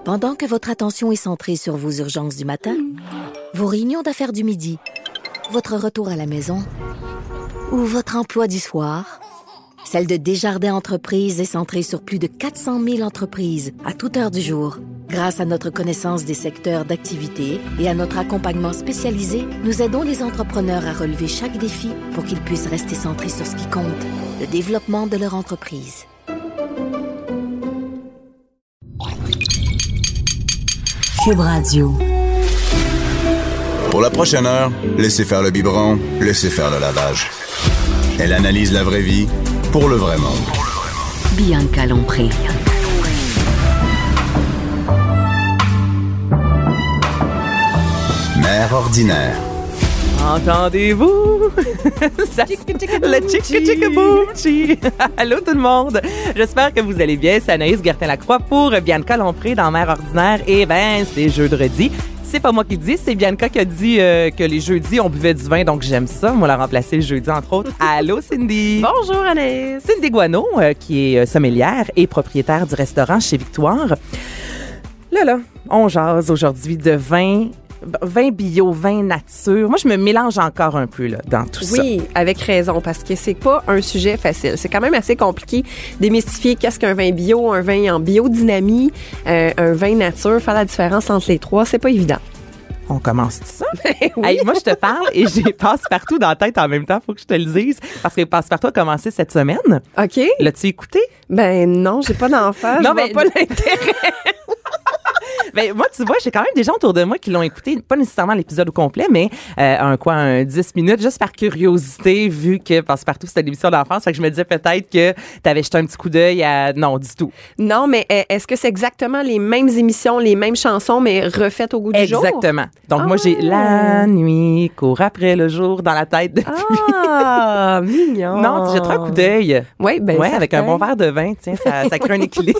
Pendant que votre attention est centrée sur vos urgences du matin, vos réunions d'affaires du midi, votre retour à la maison ou votre emploi du soir, celle de Desjardins Entreprises est centrée sur plus de 400 000 entreprises à toute heure du jour. Grâce à notre connaissance des secteurs d'activité et à notre accompagnement spécialisé, nous aidons les entrepreneurs à relever chaque défi pour qu'ils puissent rester centrés sur ce qui compte, le développement de leur entreprise. Cube Radio. Pour la prochaine heure, laissez faire le biberon, laissez faire le lavage. Elle analyse la vraie vie pour le vrai monde. Bianca Lompré. Mère ordinaire. Entendez-vous? Le tchik-tchik-boom-chi. Allô tout le monde. J'espère que vous allez bien. C'est Anaïs Gertin-Lacroix pour Bianca Lompré dans Mère ordinaire. Eh ben, c'est jeudi. C'est pas moi qui le dis, c'est Bianca qui a dit que les jeudis, on buvait du vin, donc j'aime ça. Moi, la remplacer le jeudi, entre autres. Allô, Cindy! Bonjour, Anaïs! Cindy Guano, qui est sommelière et propriétaire du restaurant Chez Victoire. Là, on jase aujourd'hui de vin bio, vin nature. Moi, je me mélange encore un peu là, dans tout ça. Oui, avec raison, parce que c'est pas un sujet facile. C'est quand même assez compliqué démystifier qu'est-ce qu'un vin bio, un vin en biodynamie, un vin nature, faire la différence entre les trois, c'est pas évident. On commence tout ça? Oui. Hey, moi, je te parle et j'ai Passe-Partout dans la tête en même temps. Faut que je te le dise. Parce que Passe-Partout a commencé cette semaine. OK. L'as-tu écouté? Ben non, j'ai pas d'enfant. Je vois pas l'intérêt. Ben, moi, tu vois, j'ai quand même des gens autour de moi qui l'ont écouté, pas nécessairement l'épisode au complet, mais un 10 minutes, juste par curiosité, vu que Passe-Partout, c'était une émission d'enfance. Fait que je me disais peut-être que t'avais jeté un petit coup d'œil à... Non, du tout. Non, mais est-ce que c'est exactement les mêmes émissions, les mêmes chansons, mais refaites au goût du jour? Exactement. Donc, moi, j'ai La nuit court après le jour dans la tête depuis. Ah, mignon. Non, j'ai jeté un coup d'œil. Oui, ben ouais, certain. avec un bon verre de vin, tiens, ça crée un équilibre.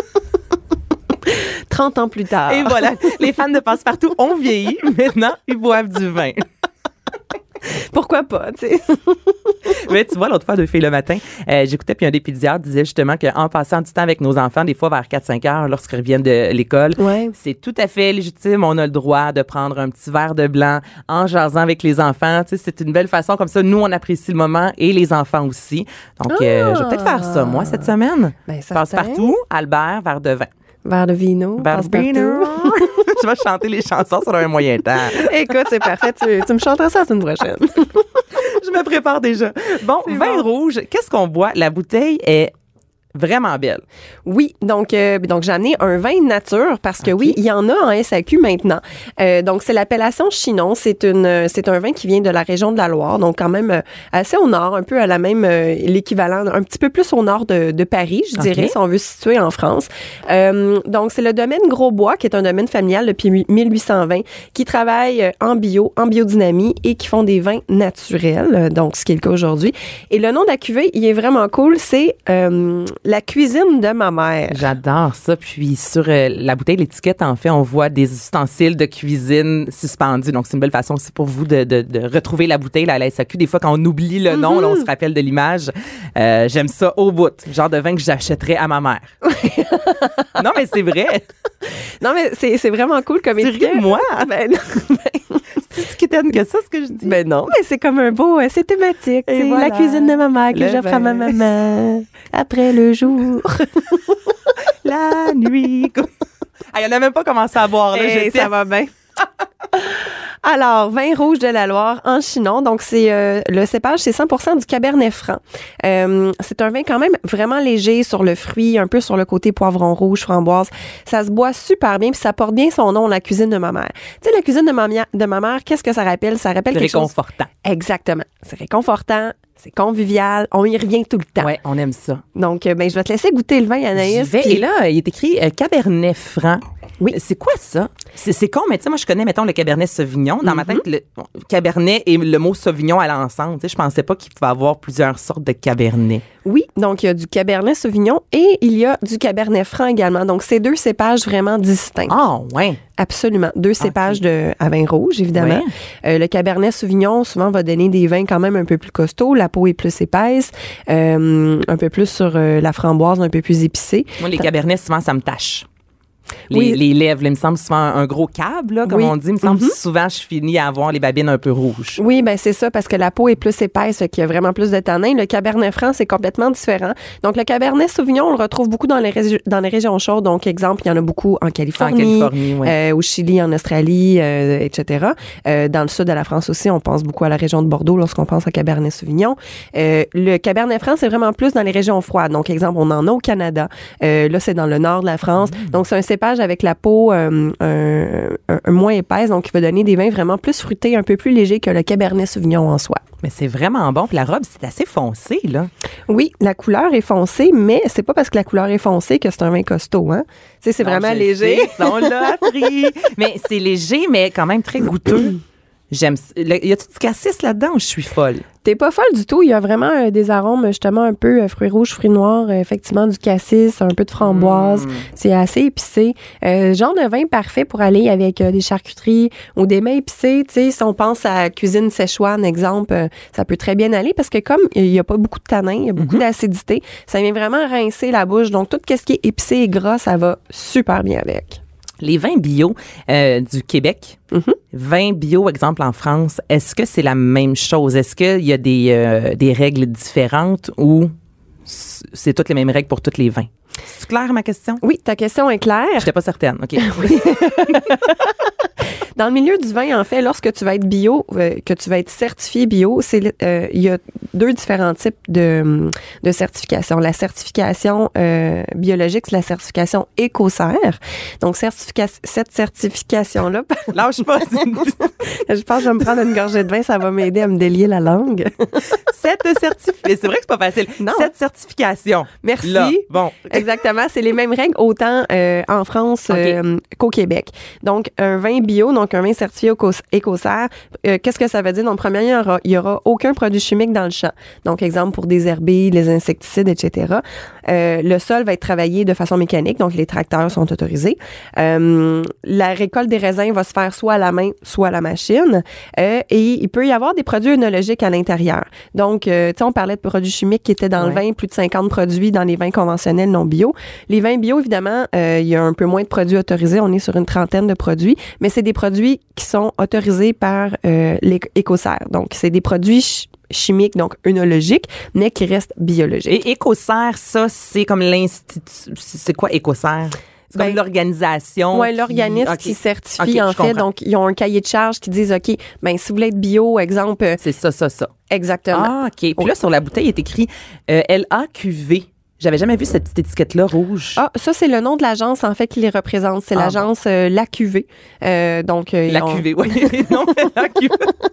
30 ans plus tard. Et voilà, les fans de Passe-Partout ont vieilli. Maintenant, ils boivent du vin. Pourquoi pas, tu sais? Mais tu vois, l'autre fois, 2 filles le matin, j'écoutais, puis un des pédiatres disait justement qu'en passant du temps avec nos enfants, des fois vers 4-5 heures, lorsqu'ils reviennent de l'école, ouais. C'est tout à fait légitime. On a le droit de prendre un petit verre de blanc en jasant avec les enfants. Tu sais, c'est une belle façon. Comme ça, nous, on apprécie le moment et les enfants aussi. Donc, je vais peut-être faire ça, moi, cette semaine. Ben, Passe-Partout, Albert, verre de vin. Verre de vino. Verre de vino. Je vais chanter les chansons sur un moyen temps. Écoute, c'est parfait. Tu me chanteras ça la semaine prochaine. Je me prépare déjà. Bon, vin rouge, qu'est-ce qu'on boit? La bouteille est vraiment belle. Oui, donc j'ai amené un vin nature parce que oui, il y en a en SAQ maintenant. Donc c'est l'appellation Chinon, c'est un vin qui vient de la région de la Loire, donc quand même assez au nord, un peu à la même l'équivalent, un petit peu plus au nord de Paris, je dirais, si on veut se situer en France. Donc c'est le domaine Grosbois qui est un domaine familial depuis 1820 qui travaille en biodynamie et qui font des vins naturels, donc ce qui est le cas aujourd'hui. Et le nom de la cuvée, il est vraiment cool, c'est la cuisine de ma mère. J'adore ça. Puis sur la bouteille, l'étiquette, en fait, on voit des ustensiles de cuisine suspendus. Donc, c'est une belle façon aussi pour vous de retrouver la bouteille là, à la SAQ. Des fois, quand on oublie le nom, là, on se rappelle de l'image. J'aime ça au bout. Genre de vin que j'achèterais à ma mère. Non, mais c'est vrai. Non, mais c'est vraiment cool comme étiquette. C'est moi. Ben non. C'est ce qui t'aime que ça, ce que je dis. Ben non, mais c'est comme un beau, c'est thématique. Voilà. La cuisine de ma mère que j'offre à ma maman après le jour. La nuit. Ah, il n'a même pas commencé à boire. Là, ça va bien. Alors, vin rouge de la Loire en Chinon. Donc, c'est le cépage, c'est 100% du Cabernet Franc. C'est un vin quand même vraiment léger sur le fruit, un peu sur le côté poivron rouge, framboise. Ça se boit super bien, puis ça porte bien son nom, la cuisine de ma mère. Tu sais, la cuisine de ma mère, qu'est-ce que ça rappelle? Ça rappelle quelque chose... C'est réconfortant. Exactement. C'est réconfortant. C'est convivial. On y revient tout le temps. Oui, on aime ça. Donc, je vais te laisser goûter le vin, Anaïs. Et là, il est écrit Cabernet Franc. Oui. C'est quoi ça? C'est con, mais tu sais, moi, je connais, mettons, le Cabernet Sauvignon. Dans ma tête, le Cabernet et le mot Sauvignon à l'ensemble. Tu sais, je pensais pas qu'il pouvait avoir plusieurs sortes de Cabernet. Oui, donc il y a du Cabernet Sauvignon et il y a du Cabernet Franc également. Donc, c'est 2 cépages vraiment distincts. Ah, ouais. Absolument. 2 cépages à vin rouge, évidemment. Ouais. Le Cabernet Sauvignon, souvent, va donner des vins quand même un peu plus costauds. La peau est plus épaisse, un peu plus sur la framboise, un peu plus épicée. Moi, les Cabernets, souvent, ça me tâche. les lèvres. Là, il me semble souvent un gros câble, là, comme on dit. Il me semble souvent je finis à avoir les babines un peu rouges. Oui, ben c'est ça, parce que la peau est plus épaisse, fait qu'il y a vraiment plus de tanins. Le Cabernet Franc, c'est complètement différent. Donc, le Cabernet Sauvignon, on le retrouve beaucoup dans les régions chaudes. Donc, exemple, il y en a beaucoup en Californie, au Chili, en Australie, etc. Dans le sud de la France aussi, on pense beaucoup à la région de Bordeaux lorsqu'on pense à Cabernet Sauvignon. Le Cabernet Franc, c'est vraiment plus dans les régions froides. Donc, exemple, on en a au Canada. Là, c'est dans le nord de la France. Donc, c'est un cépage avec la peau moins épaisse, donc il va donner des vins vraiment plus fruités, un peu plus légers que le Cabernet Sauvignon en soi. Mais c'est vraiment bon. Puis la robe, c'est assez foncé, là. Oui, la couleur est foncée, mais c'est pas parce que la couleur est foncée que c'est un vin costaud, hein. Tu sais, c'est vraiment léger. On l'a appris. Mais c'est léger, mais quand même très goûteux. J'aime. Y a-tu du cassis là-dedans ou je suis folle? T'es pas folle du tout. Il y a vraiment des arômes, justement, un peu fruits rouges, fruits noirs, effectivement, du cassis, un peu de framboise. C'est assez épicé. Genre de vin parfait pour aller avec des charcuteries ou des mets épicés. Tu sais, si on pense à cuisine Szechuan, exemple, ça peut très bien aller parce que comme il y a pas beaucoup de tanins, il y a beaucoup d'acidité, ça vient vraiment rincer la bouche. Donc, tout ce qui est épicé et gras, ça va super bien avec. Les vins bio du Québec, vins bio, exemple en France, est-ce que c'est la même chose? Est-ce qu'il y a des règles différentes ou c'est toutes les mêmes règles pour tous les vins? C'est clair ma question? Oui, ta question est claire. J'étais pas certaine. OK. Oui. Dans le milieu du vin, en fait, lorsque tu vas être bio, que tu vas être certifié bio, il y a deux différents types de certification. La certification biologique, c'est la certification Écocert. Donc, cette certification-là... Lâche pas. Je pense que je vais me prendre une gorgée de vin, ça va m'aider à me délier la langue. C'est vrai que c'est pas facile. Non. Cette certification. Merci. Là, bon. Exactement. C'est les mêmes règles autant en France qu'au Québec. Donc, un vin bio, donc un vin certifié Écocert, qu'est-ce que ça veut dire? Donc, premièrement, il y aura aucun produit chimique dans le champ. Donc, exemple, pour des herbicides, les insecticides, etc. Le sol va être travaillé de façon mécanique, donc les tracteurs sont autorisés. La récolte des raisins va se faire soit à la main, soit à la machine. Et il peut y avoir des produits œnologiques à l'intérieur. Donc, tu sais, on parlait de produits chimiques qui étaient dans le vin, plus de 50 produits dans les vins conventionnels non bio. Les vins bio, évidemment, il y a un peu moins de produits autorisés. On est sur une trentaine de produits, mais c'est des produits qui sont autorisés par l'Écocert. Donc, c'est des produits chimiques, donc œnologiques, mais qui restent biologiques. Et Écocert, ça, c'est comme l'institut... C'est quoi Écocert? C'est comme l'organisation. Oui, l'organisme qui certifie, en fait. Donc, ils ont un cahier de charge qui disent, OK, ben si vous voulez être bio, exemple... C'est ça. Exactement. Ah, OK. Puis là, sur la bouteille, il est écrit LAQV. J'avais jamais vu cette petite étiquette-là rouge. Ah, ça, c'est le nom de l'agence, en fait, qui les représente. C'est l'agence LAQV. Donc, LAQV, oui. Non, LAQV.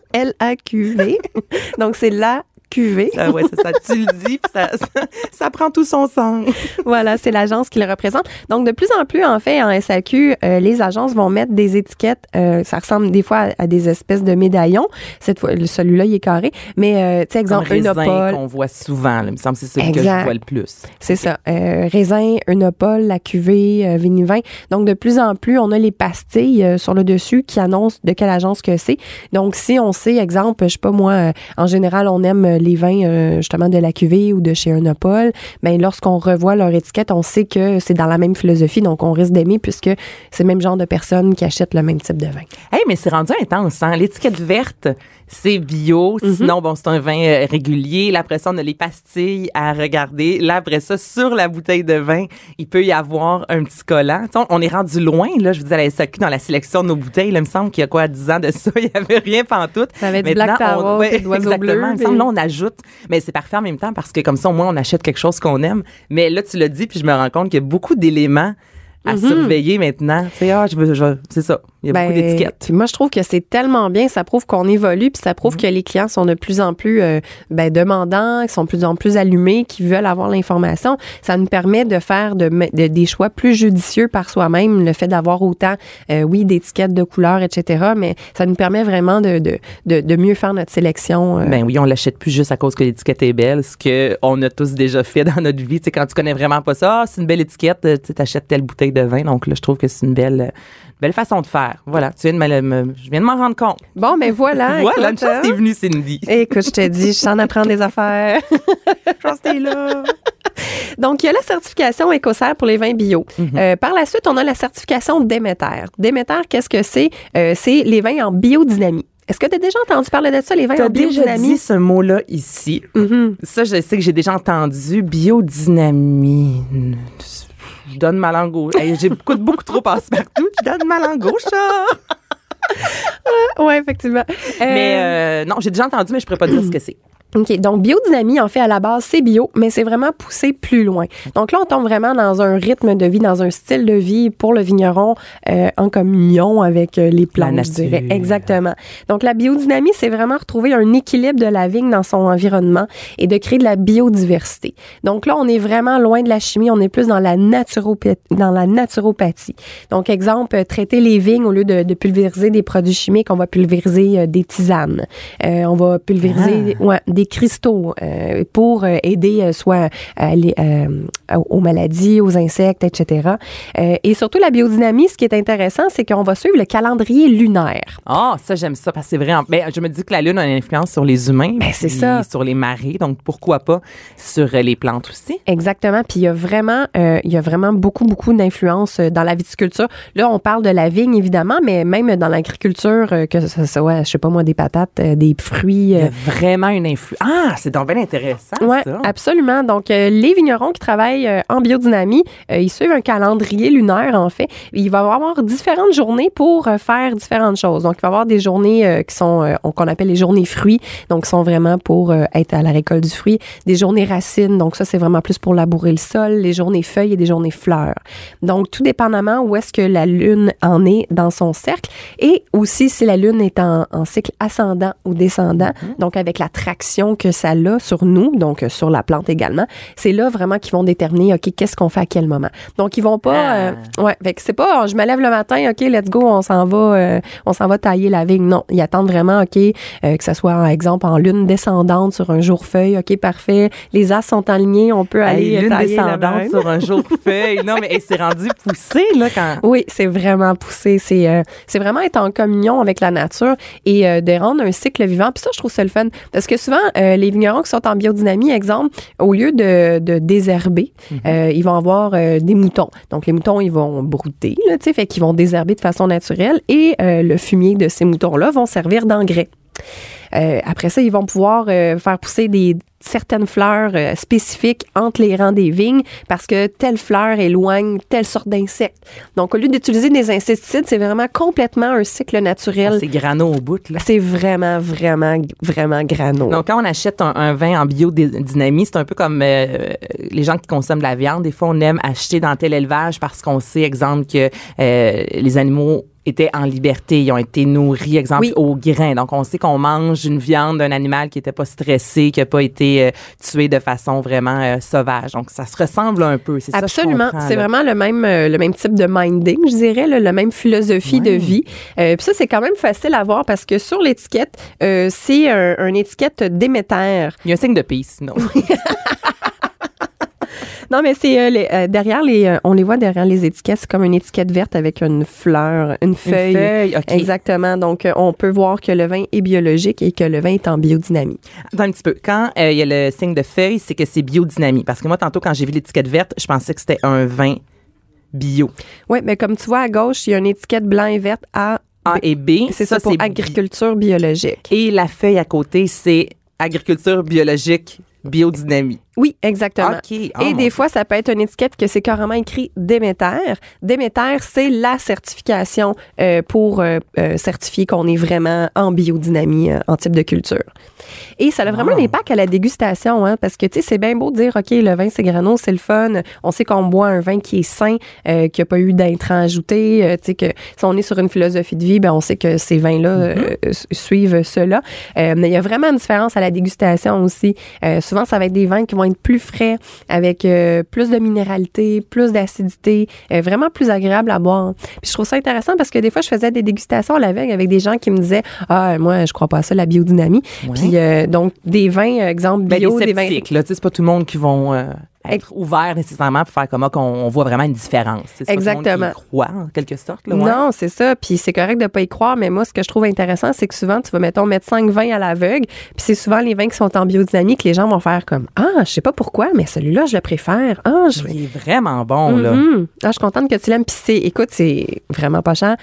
LAQV. Donc, c'est la cuvée. Oui, c'est ça. Tu le dis, puis ça prend tout son sens. Voilà, c'est l'agence qui le représente. Donc, de plus en plus, en fait, en SAQ, les agences vont mettre des étiquettes. Ça ressemble des fois à des espèces de médaillons. Cette fois, celui-là, il est carré. Mais, tu sais, exemple, Eunopol. Qu'on voit souvent. Là. Il me semble que c'est celui que je vois le plus. C'est ça. Raisin, Eunopol, la cuvée, Vinivin. Donc, de plus en plus, on a les pastilles sur le dessus qui annoncent de quelle agence que c'est. Donc, si on sait, exemple, je sais pas moi, en général, on aime les vins justement de la cuvée ou de chez Eunopol, ben lorsqu'on revoit leur étiquette, on sait que c'est dans la même philosophie, donc on risque d'aimer puisque c'est le même genre de personnes qui achètent le même type de vin. Hey, mais c'est rendu intense, hein? L'étiquette verte, c'est bio, sinon, bon, c'est un vin régulier. Là, après ça, on a les pastilles à regarder. Là, après ça, sur la bouteille de vin, il peut y avoir un petit collant. T'sais, on est rendu loin, là, je vous dis, à la SAQ, dans la sélection de nos bouteilles. Là, il me semble qu'il y a quoi, 10 ans de ça, il n'y avait rien pantoute. Ça avait du Black Tarot, des oiseaux bleus. Il me semble, là, on ajoute. Mais c'est parfait en même temps parce que comme ça, au moins, on achète quelque chose qu'on aime. Mais là, tu l'as dit, puis je me rends compte qu'il y a beaucoup d'éléments à surveiller maintenant. Tu sais, c'est ça. Il y a beaucoup d'étiquettes. Moi, je trouve que c'est tellement bien. Ça prouve qu'on évolue, puis ça prouve que les clients sont de plus en plus demandants, qui sont de plus en plus allumés, qui veulent avoir l'information. Ça nous permet de faire des choix plus judicieux par soi-même. Le fait d'avoir autant, d'étiquettes, de couleurs, etc. Mais ça nous permet vraiment de mieux faire notre sélection. Ben oui, on l'achète plus juste à cause que l'étiquette est belle, ce qu'on a tous déjà fait dans notre vie. Tu sais, quand tu connais vraiment pas ça, c'est une belle étiquette, tu achètes telle bouteille de vin. Donc là, je trouve que c'est une belle façon de faire. Voilà, je viens de m'en rendre compte. Bon, mais voilà. Voilà, une chance t'es venue, Cindy. Écoute, je te dis, je t'en apprends des affaires. Je pense que t'es là. Donc, il y a la certification Écossaire pour les vins bio. Par la suite, on a la certification Déméter. Déméter, qu'est-ce que c'est? C'est les vins en biodynamie. Est-ce que tu as déjà entendu parler de ça, les vins en biodynamie? Tu as déjà dit ce mot-là ici. Ça, je sais que j'ai déjà entendu. Biodynamie. Je donne ma langue au... Hey, j'écoute beaucoup trop passe-partout. Je donne ma langue au chat. Oui, effectivement. Mais non, j'ai déjà entendu, mais je pourrais pas dire ce que c'est. OK. Donc, biodynamie, en fait, à la base, c'est bio, mais c'est vraiment poussé plus loin. Donc là, on tombe vraiment dans un rythme de vie, dans un style de vie pour le vigneron en communion avec les plantes, je dirais. Exactement. Donc, la biodynamie, c'est vraiment retrouver un équilibre de la vigne dans son environnement et de créer de la biodiversité. Donc là, on est vraiment loin de la chimie, on est plus dans la naturopathie. Donc, exemple, traiter les vignes au lieu de pulvériser des produits chimiques, on va pulvériser des tisanes. On va pulvériser des cristaux pour aider soit aux maladies, aux insectes, etc. Et surtout, la biodynamie, ce qui est intéressant, c'est qu'on va suivre le calendrier lunaire. Ah, ça, j'aime ça, parce que c'est vrai. Je me dis que la Lune a une influence sur les humains. C'est ça. Sur les marées, donc pourquoi pas sur les plantes aussi. Exactement. Puis il y a vraiment beaucoup d'influence dans la viticulture. Là, on parle de la vigne, évidemment, mais même dans l'agriculture, que ce soit, je sais pas moi, des patates, des fruits. Il y a vraiment une influence. Ah, c'est donc bien intéressant, ouais, ça. Absolument. Donc, les vignerons qui travaillent en biodynamie, ils suivent un calendrier lunaire, en fait. Il va y avoir différentes journées pour faire différentes choses. Donc, il va y avoir des journées qui sont, qu'on appelle les journées fruits, donc qui sont vraiment pour être à la récolte du fruit. Des journées racines, donc ça, c'est vraiment plus pour labourer le sol. Les journées feuilles et des journées fleurs. Donc, tout dépendamment où est-ce que la lune en est dans son cercle et aussi si la lune est en cycle ascendant ou descendant, donc avec la traction que ça a sur nous, donc sur la plante également, c'est là vraiment qu'ils vont déterminer, OK, qu'est-ce qu'on fait à quel moment. Donc, ils vont pas... fait que c'est pas, je me lève le matin, OK, let's go, on s'en va tailler la vigne. Non, ils attendent vraiment, OK, que ça soit, par exemple, en lune descendante sur un jour feuille, OK, parfait, les astres sont alignés, on peut aller lune tailler descendante sur un jour feuille. Non, mais c'est rendu poussé, là, quand... Oui, c'est vraiment poussé. C'est vraiment être en communion avec la nature et de rendre un cycle vivant. Puis ça, je trouve ça le fun. Parce que souvent, les vignerons qui sont en biodynamie, exemple, au lieu de désherber, ils vont avoir des moutons. Donc, les moutons, ils vont brouter, là, tu sais, fait qu'ils vont désherber de façon naturelle et le fumier de ces moutons-là vont servir d'engrais. Après ça, ils vont pouvoir faire pousser certaines fleurs spécifiques entre les rangs des vignes parce que telle fleur éloigne telle sorte d'insectes. Donc, au lieu d'utiliser des insecticides, c'est vraiment complètement un cycle naturel. C'est grano au bout, là. C'est vraiment, vraiment, vraiment grano. Donc, quand on achète un vin en biodynamie, c'est un peu comme les gens qui consomment de la viande. Des fois, on aime acheter dans tel élevage parce qu'on sait, exemple, que les animaux étaient en liberté, ils ont été nourris, exemple, au grain. Donc, on sait qu'on mange une viande d'un animal qui n'était pas stressé, qui n'a pas été tué de façon vraiment sauvage. Donc, ça se ressemble un peu. C'est absolument. Ça, je comprends, c'est vraiment le même type de minding, je dirais, la même philosophie de vie. Puis ça, c'est quand même facile à voir parce que sur l'étiquette, c'est une étiquette Déméter. Il y a un signe de peace, non? Non, mais c'est derrière on les voit derrière les étiquettes, c'est comme une étiquette verte avec une fleur, une feuille. Une feuille, OK. Exactement. Donc, on peut voir que le vin est biologique et que le vin est en biodynamie. Attends un petit peu. Quand il y a le signe de feuille, c'est que c'est biodynamie. Parce que moi, tantôt, quand j'ai vu l'étiquette verte, je pensais que c'était un vin bio. Oui, mais comme tu vois, à gauche, il y a une étiquette blanc et verte A et B. C'est ça pour agriculture biologique. Et la feuille à côté, c'est agriculture biologique biodynamie. Oui, exactement. Okay. Et des fois, ça peut être une étiquette que c'est carrément écrit Déméter. Déméter, c'est la certification pour certifier qu'on est vraiment en biodynamie en type de culture. Et ça a vraiment un impact à la dégustation, hein, parce que, tu sais, c'est bien beau de dire, OK, le vin, c'est grano, c'est le fun. On sait qu'on boit un vin qui est sain, qui n'a pas eu d'intrants ajoutés. Tu sais, que si on est sur une philosophie de vie, ben on sait que ces vins-là suivent cela. Mais il y a vraiment une différence à la dégustation aussi. Souvent, ça va être des vins qui vont être plus frais, avec plus de minéralité, plus d'acidité, vraiment plus agréable à boire. Puis je trouve ça intéressant parce que des fois, je faisais des dégustations à l'aveugle avec des gens qui me disaient « Ah, moi, je crois pas à ça, la biodynamie. » Puis donc, des vins, exemple, bio, des vins... là, tu sais, c'est pas tout le monde qui vont être ouvert nécessairement pour faire comme qu'on voit vraiment une différence. C'est Exactement. Tout le monde qui y croit, en quelque sorte. Là, ouais. Non, c'est ça. Puis c'est correct de pas y croire, mais moi, ce que je trouve intéressant, c'est que souvent, tu vas, mettre 5 vins à l'aveugle, puis c'est souvent les vins qui sont en biodynamie que les gens vont faire comme « Ah, je sais pas pourquoi, mais celui-là, je le préfère. Ah, je Il est vraiment bon, là. Ah, je suis contente que tu l'aimes. Puis écoute, c'est vraiment pas cher.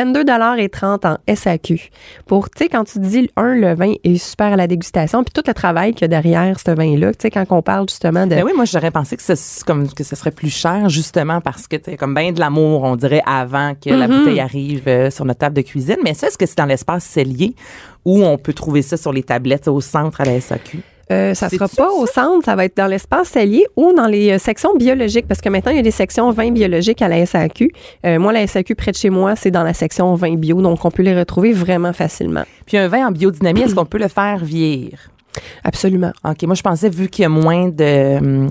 22,30 en SAQ. Pour, tu sais, quand tu dis, le vin est super à la dégustation, puis tout le travail qu'il y a derrière ce vin-là, tu sais, quand on parle justement de... Ben oui, moi, j'aurais pensé que ce serait plus cher, justement, parce que t'as comme bien de l'amour, on dirait, avant que la bouteille arrive sur notre table de cuisine. Mais ça, est-ce que c'est dans l'espace cellier ou on peut trouver ça sur les tablettes au centre à la SAQ? Ça sera pas au centre, ça va être dans l'espace cellier ou dans les sections biologiques, parce que maintenant, il y a des sections vins biologiques à la SAQ. Moi, la SAQ près de chez moi, c'est dans la section vins bio, donc on peut les retrouver vraiment facilement. Puis un vin en biodynamie, est-ce qu'on peut le faire vieillir? Absolument. OK. Moi, je pensais, vu qu'il y a moins de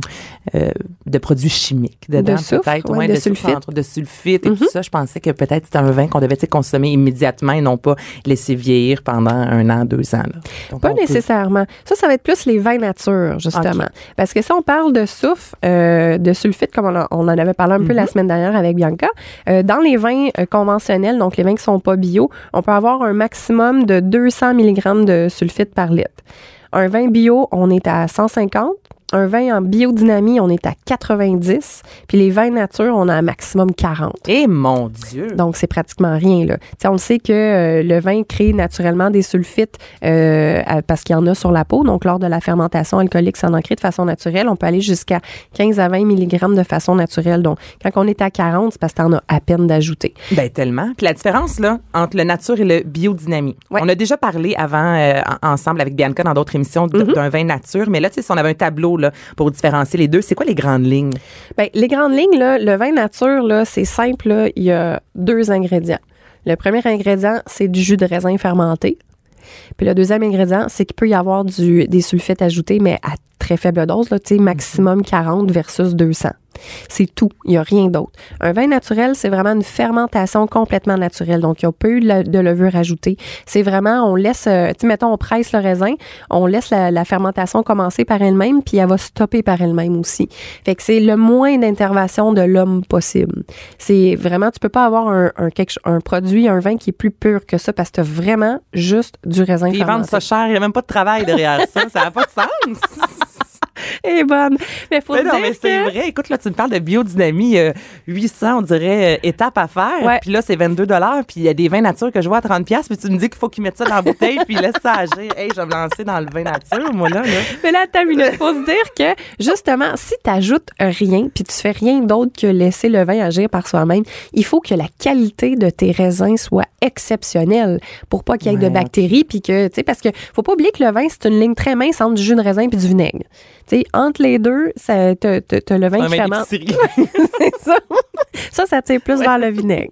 produits chimiques dedans, de soufre, peut-être, ouais, de sulfite. De sulfite et tout ça, je pensais que peut-être c'était un vin qu'on devait consommer immédiatement et non pas laisser vieillir pendant 1 an, 2 ans. Là. Donc, pas nécessairement. Ça va être plus les vins nature, justement. Okay. Parce que si on parle de soufre, de sulfite, comme on en avait parlé un peu la semaine dernière avec Bianca, dans les vins conventionnels, donc les vins qui sont pas bio, on peut avoir un maximum de 200 mg de sulfite par litre. Un vin bio, on est à 150. Un vin en biodynamie, on est à 90. Puis les vins nature, on a un maximum 40. Eh mon Dieu! Donc, c'est pratiquement rien, là. T'sais, on le sait que le vin crée naturellement des sulfites parce qu'il y en a sur la peau. Donc, lors de la fermentation alcoolique, ça en crée de façon naturelle. On peut aller jusqu'à 15 à 20 mg de façon naturelle. Donc, quand on est à 40, c'est parce que t'en as à peine d'ajouter. Ben tellement. Puis la différence, là, entre le nature et le biodynamie. Ouais. On a déjà parlé avant, ensemble avec Bianca dans d'autres émissions d'un vin nature. Mais là, tu sais, si on avait un tableau, là, pour différencier les deux, c'est quoi les grandes lignes? Bien, les grandes lignes, là, le vin nature, là, c'est simple, là, il y a 2 ingrédients. Le premier ingrédient, c'est du jus de raisin fermenté. Puis le deuxième ingrédient, c'est qu'il peut y avoir des sulfites ajoutés, mais à très faible dose, là, tu sais, maximum 40 versus 200. C'est tout. Il n'y a rien d'autre. Un vin naturel, c'est vraiment une fermentation complètement naturelle. Donc, il n'y a pas eu de levure ajoutée. C'est vraiment, on laisse, tu sais, mettons, on presse le raisin, on laisse la fermentation commencer par elle-même, puis elle va stopper par elle-même aussi. Fait que c'est le moins d'intervention de l'homme possible. C'est vraiment, tu peux pas avoir un produit, un vin qui est plus pur que ça parce que tu as vraiment juste du raisin fermenté. Ils vendent ça cher, il n'y a même pas de travail derrière ça. Ça n'a pas de sens. Elle est bonne. Mais c'est vrai. Écoute, là, tu me parles de biodynamie, 800, on dirait, étape à faire. Ouais. Puis là, c'est 22 $. Puis il y a des vins nature que je vois à 30 $. Puis tu me dis qu'il faut qu'ils mettent ça dans la bouteille puis laisse ça agir. Hey, je vais me lancer dans le vin nature, moi, là. Mais là, attends une minute. Faut se dire que, justement, si tu n'ajoutes rien puis tu fais rien d'autre que laisser le vin agir par soi-même, il faut que la qualité de tes raisins soit exceptionnelle pour pas qu'il y ait de bactéries. Puis que, tu sais, parce que faut pas oublier que le vin, c'est une ligne très mince entre du jus de raisin puis du vinaigre. Tu sais, entre les deux, t'as le vin qui fermente. C'est ça. Ça tire plus vers le vinaigre.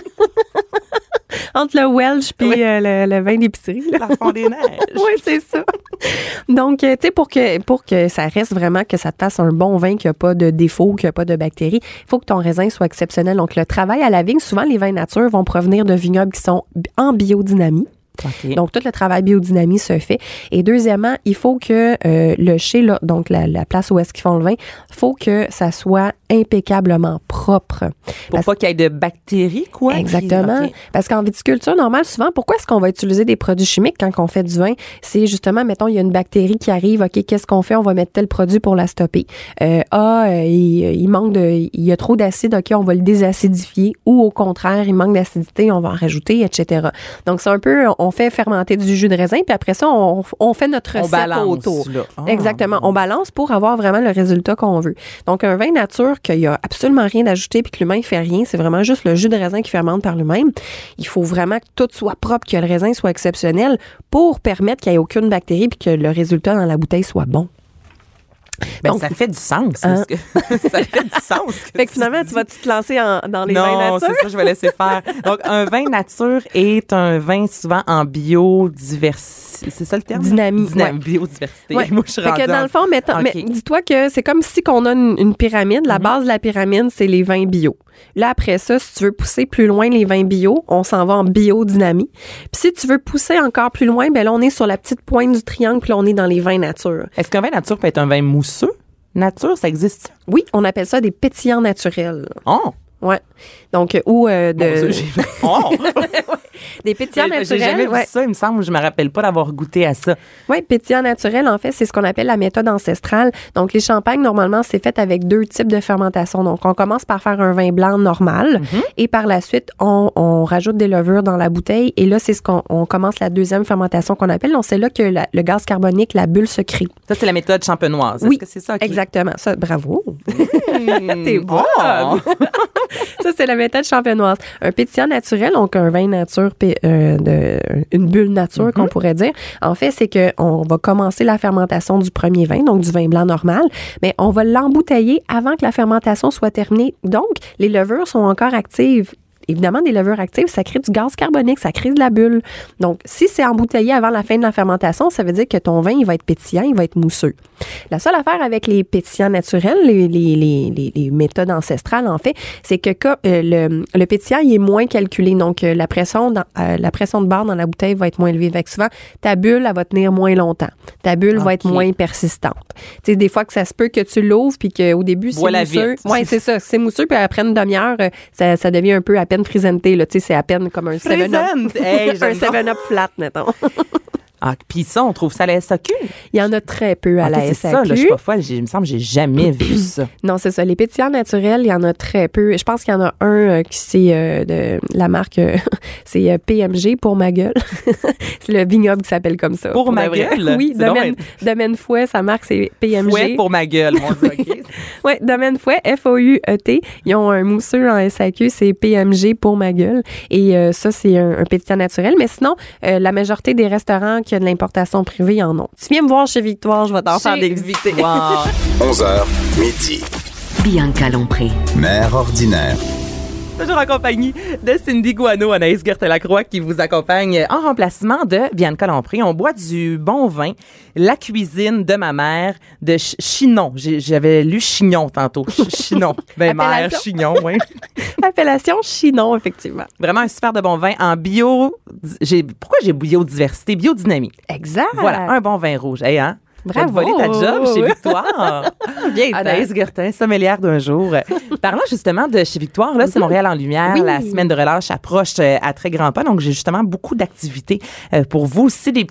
Entre le Welsh puis le vin d'épicerie. La fond des neiges. Oui, c'est ça. Donc, tu sais, pour que ça reste vraiment, que ça te fasse un bon vin, qu'il n'y a pas de défaut, qu'il n'y a pas de bactéries, il faut que ton raisin soit exceptionnel. Donc, le travail à la vigne, souvent, les vins nature vont provenir de vignobles qui sont en biodynamie. Okay. Donc, tout le travail biodynamie se fait. Et deuxièmement, il faut que le chai, là, donc la place où est-ce qu'ils font le vin, il faut que ça soit impeccablement propre. Pour pas qu'il y ait de bactéries, quoi? Exactement. Okay. Parce qu'en viticulture normale, souvent, pourquoi est-ce qu'on va utiliser des produits chimiques quand on fait du vin? C'est justement, mettons, il y a une bactérie qui arrive, OK, qu'est-ce qu'on fait? On va mettre tel produit pour la stopper. Il manque il y a trop d'acide, OK, on va le désacidifier. Ou au contraire, il manque d'acidité, on va en rajouter, etc. Donc, c'est un peu, on fait fermenter du jus de raisin, puis après ça, on fait notre recette autour. Exactement. On balance pour avoir vraiment le résultat qu'on veut. Donc, un vin nature qu'il n'y a absolument rien d'ajouté puis que l'humain ne fait rien, c'est vraiment juste le jus de raisin qui fermente par lui-même. Il faut vraiment que tout soit propre, que le raisin soit exceptionnel pour permettre qu'il n'y ait aucune bactérie puis que le résultat dans la bouteille soit bon. Ben, donc, ça fait du sens. Ça fait du sens. Fait que finalement, tu vas te lancer dans les vins nature? Non, c'est ça, je vais laisser faire. Donc, un vin nature est un vin souvent en biodiversité. C'est ça le terme? Dynamie. Biodiversité. Ouais. Moi, je suis rendue. Fait que dans le fond, mais dis-toi que c'est comme si on a une pyramide. La base de la pyramide, c'est les vins bio. Là, après ça, si tu veux pousser plus loin les vins bio, on s'en va en biodynamie. Puis si tu veux pousser encore plus loin, ben là, on est sur la petite pointe du triangle, puis là, on est dans les vins nature. Est-ce qu'un vin nature peut être un vin mousseux? nature, ça existe? Oui, on appelle ça des pétillants naturels. Oh! Ouais. Donc, ou de... Oh! Des pétillants naturels. J'ai jamais vu ça, il me semble. Je me rappelle pas d'avoir goûté à ça. Oui, pétillant naturel, en fait, c'est ce qu'on appelle la méthode ancestrale. Donc, les champagnes, normalement, c'est fait avec 2 types de fermentation. Donc, on commence par faire un vin blanc normal et par la suite, on rajoute des levures dans la bouteille. Et là, c'est ce qu'on commence la 2e fermentation qu'on appelle. Donc, c'est là que le gaz carbonique, la bulle se crée. Ça, c'est la méthode champenoise. Oui, est-ce que c'est ça? exactement. Ça, bravo. T'es bon. bonne. Ça, c'est la méthode champenoise. Un pétillant naturel, donc un vin nature, une bulle nature, qu'on pourrait dire. En fait, c'est qu'on va commencer la fermentation du premier vin, donc du vin blanc normal, mais on va l'embouteiller avant que la fermentation soit terminée. Donc, les levures sont encore actives. Évidemment, des levures actives, ça crée du gaz carbonique, ça crée de la bulle. Donc, si c'est embouteillé avant la fin de la fermentation, ça veut dire que ton vin, il va être pétillant, il va être mousseux. La seule affaire avec les pétillants naturels, les méthodes ancestrales, en fait, c'est que le pétillant, il est moins calculé. Donc, la pression de barre dans la bouteille va être moins élevée. Fait que souvent, ta bulle, elle va tenir moins longtemps. Ta bulle va être moins persistante. Tu sais, des fois que ça se peut que tu l'ouvres puis qu'au début, c'est mousseux. Oui, c'est ça. C'est mousseux, puis après une demi-heure, ça devient un peu à peine frisanté, là, tu sais, c'est à peine comme un 7-Up. Hey, un 7-Up flat, mettons. Ah, puis ça, on trouve ça à la SAQ? Il y en a très peu à la SAQ. C'est ça, là, je suis pas folle. Il me semble que j'ai jamais vu ça. Non, c'est ça. Les pétillants naturels, il y en a très peu. Je pense qu'il y en a un qui c'est de la marque, c'est PMG pour ma gueule. C'est le vignoble qui s'appelle comme ça. Pour ma gueule? Oui, Domaine Fouet, sa marque, c'est PMG. Fouet pour ma gueule, mon Dieu, OK. Oui, Domaine Fouet, F-O-U-E-T. Ils ont un mousseux en SAQ, c'est PMG pour ma gueule. Et ça, c'est un pétillant naturel. Mais sinon, la majorité des restaurants qui a de l'importation privée en ont. Tu viens me voir chez Victoire, je vais t'en faire déguster. 11h, midi. Bianca Lompré. Mère ordinaire. Toujours en compagnie de Cindy Guano, Anaïs Gertin-Lacroix qui vous accompagne en remplacement de Bianca Lompré. On boit du bon vin, la cuisine de ma mère de Chinon. J'avais lu Chignon tantôt. Chinon. Ben, mère, Chignon, oui. Appellation Chinon, effectivement. Vraiment un super de bon vin en bio. Pourquoi j'ai biodiversité? Biodynamie. Exact. Voilà, un bon vin rouge. Hey, hein? Bravo. Tu as volé ta job chez Victoire. Bien, Anaïs Gertin, sommelière d'un jour. Parlant justement de chez Victoire, là, c'est Montréal en lumière. Oui. La semaine de relâche approche à très grands pas. Donc, j'ai justement beaucoup d'activités pour vous. Aussi, des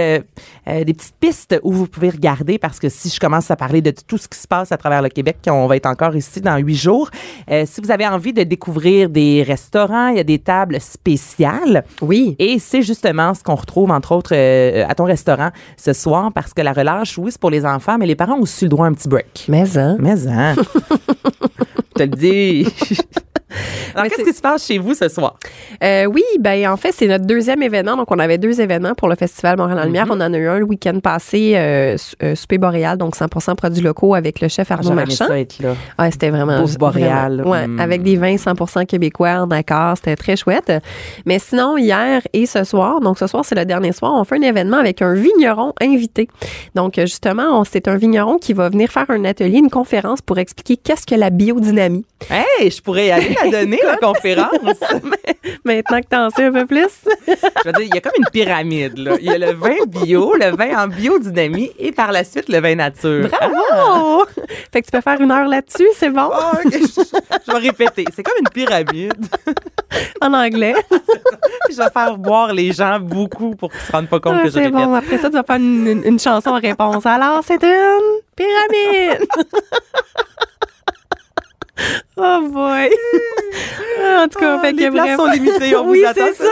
petites pistes où vous pouvez regarder parce que si je commence à parler de tout ce qui se passe à travers le Québec, on va être encore ici dans 8 jours. Si vous avez envie de découvrir des restaurants, il y a des tables spéciales. Oui. Et c'est justement ce qu'on retrouve, entre autres, à ton restaurant ce soir parce que la relâche, oui, c'est pour les enfants, mais les parents ont aussi le droit à un petit break. Mais, hein? Je te le dis. Alors, qu'est-ce qui se passe chez vous ce soir? Oui, ben en fait, c'est notre 2e événement. Donc, on avait 2 événements pour le Festival Montréal en Lumière. On en a eu un le week-end passé, Souper Boréal, donc 100% produits locaux avec le chef Arnaud Marchand. J'aurais aimé ça être là. Ouais, c'était vraiment... Bouffe Boréal. Ouais, avec des vins 100% québécois en accord. C'était très chouette. Mais sinon, hier et ce soir, donc ce soir, c'est le dernier soir, on fait un événement avec un vigneron invité. Donc, justement, c'est un vigneron qui va venir faire un atelier, une conférence pour expliquer qu'est-ce que la biodynamie. Hey, je pourrais aller la donner, la conférence. Maintenant que t'en sais un peu plus. Je veux dire, il y a comme une pyramide, là. Il y a le vin bio, le vin en biodynamie et par la suite, le vin nature. Bravo! Fait que tu peux faire 1 heure là-dessus, c'est bon? Oh, okay. Je vais répéter. C'est comme une pyramide. En anglais. Je vais faire boire les gens beaucoup pour qu'ils se rendent pas compte que je répète. C'est bon. Après ça, tu vas faire une chanson en réponse. Alors, c'est une pyramide. Oh boy! En tout cas, fait les que places sont limitées, on oui, vous attend. C'est ça.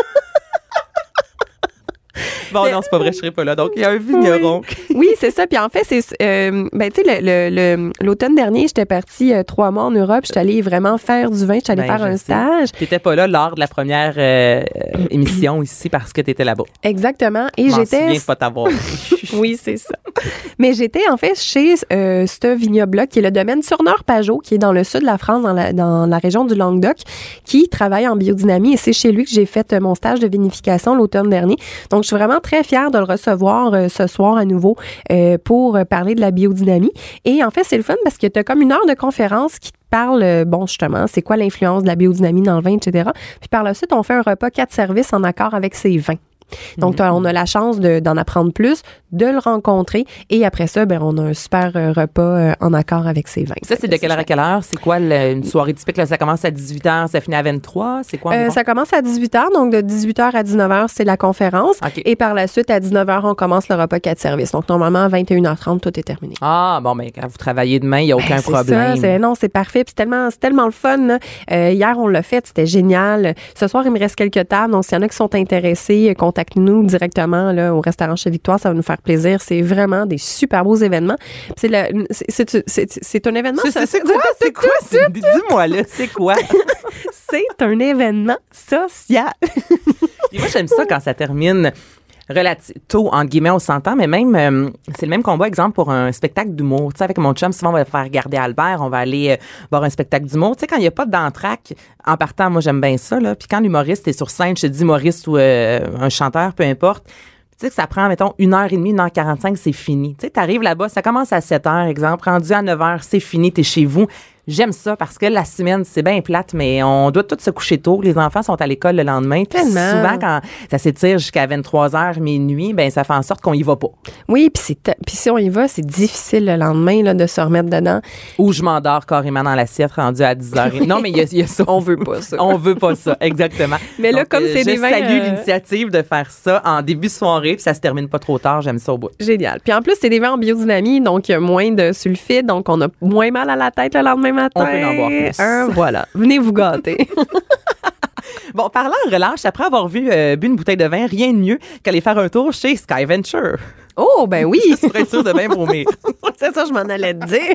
Bon, non, c'est pas vrai, je serai pas là. Donc, il y a un vigneron. Oui, c'est ça. Puis en fait, c'est, ben, tu sais, l'automne dernier, j'étais partie 3 mois en Europe. J'étais allée vraiment faire du vin. J'étais allée faire un stage. T'étais pas là lors de la première émission ici parce que t'étais là-bas. Exactement. Et j'étais. Je m'en souviens pas t'avoir. Oui, c'est ça. Mais j'étais en fait chez ce vignoble-là, qui est le domaine Surneur-Pajot, qui est dans le sud de la France, dans la région du Languedoc, qui travaille en biodynamie. Et c'est chez lui que j'ai fait mon stage de vinification l'automne dernier. Donc, je suis vraiment très fière de le recevoir ce soir à nouveau pour parler de la biodynamie. Et en fait, c'est le fun parce que tu as comme 1 heure de conférence qui te parle, bon, justement, c'est quoi l'influence de la biodynamie dans le vin, etc. Puis par la suite, on fait un repas 4 services en accord avec ces vins. Donc, on a la chance d'en apprendre plus, de le rencontrer et après ça, ben on a un super repas en accord avec ces vins. Ça, c'est de quelle heure à quelle heure? C'est quoi une soirée typique? Là, ça commence à 18h, ça finit à 23? C'est quoi environ? Ça commence à 18h, donc de 18h à 19h, c'est la conférence. OK. Et par la suite, à 19h, on commence le repas 4 services. Donc, normalement, à 21h30, tout est terminé. Ah, bon, ben, quand vous travaillez demain, il n'y a aucun problème. Non, c'est parfait. Puis c'est tellement le fun. Là. Hier, on l'a fait. C'était génial. Ce soir, il me reste quelques tables. Donc, s'il y en a qui sont intéressés, contactez-nous directement là, au restaurant Chez Victoire. Ça va nous faire plaisir. C'est vraiment des super beaux événements. Puis c'est un événement... C'est quoi? Dis-moi, là, c'est quoi? C'est un événement social. Et moi, j'aime ça quand ça termine tôt, entre guillemets, on s'entend, mais même, c'est le même combat, exemple, pour un spectacle d'humour. Tu sais, avec mon chum, souvent, on va faire regarder Albert, on va aller voir un spectacle d'humour. Tu sais, quand il n'y a pas d'entraque, en partant, moi, j'aime bien ça, là. Puis quand l'humoriste est sur scène, je te dis humoriste ou un chanteur, peu importe, tu sais que ça prend, mettons, 1h30, 1h45, c'est fini. Tu sais, t'arrives là-bas, ça commence à 7h, exemple, rendu à 9h, c'est fini, t'es chez vous. J'aime ça parce que la semaine, c'est bien plate, mais on doit tous se coucher tôt. Les enfants sont à l'école le lendemain. Tellement. Souvent, quand ça s'étire jusqu'à 23h, minuit, ben ça fait en sorte qu'on y va pas. Oui, puis si on y va, c'est difficile le lendemain là, de se remettre dedans. Ou je m'endors carrément dans l'assiette rendu à 10h. Non, mais il y a ça. On veut pas ça. On veut pas ça, exactement. Mais là, donc, comme c'est des vins... Je salue l'initiative de faire ça en début de soirée, puis ça se termine pas trop tard. J'aime ça au bout. Génial. Puis en plus, c'est des vins en biodynamie, donc il y a moins de sulfite, donc on a moins mal à la tête le lendemain matin. On peut en boire plus. Voilà. Venez vous gâter. Bon, parlant en relâche, après avoir bu une bouteille de vin, rien de mieux qu'aller faire un tour chez Sky Venture. Oh, ben oui. Pour être sûr de bien vomir. C'est ça, je m'en allais te dire.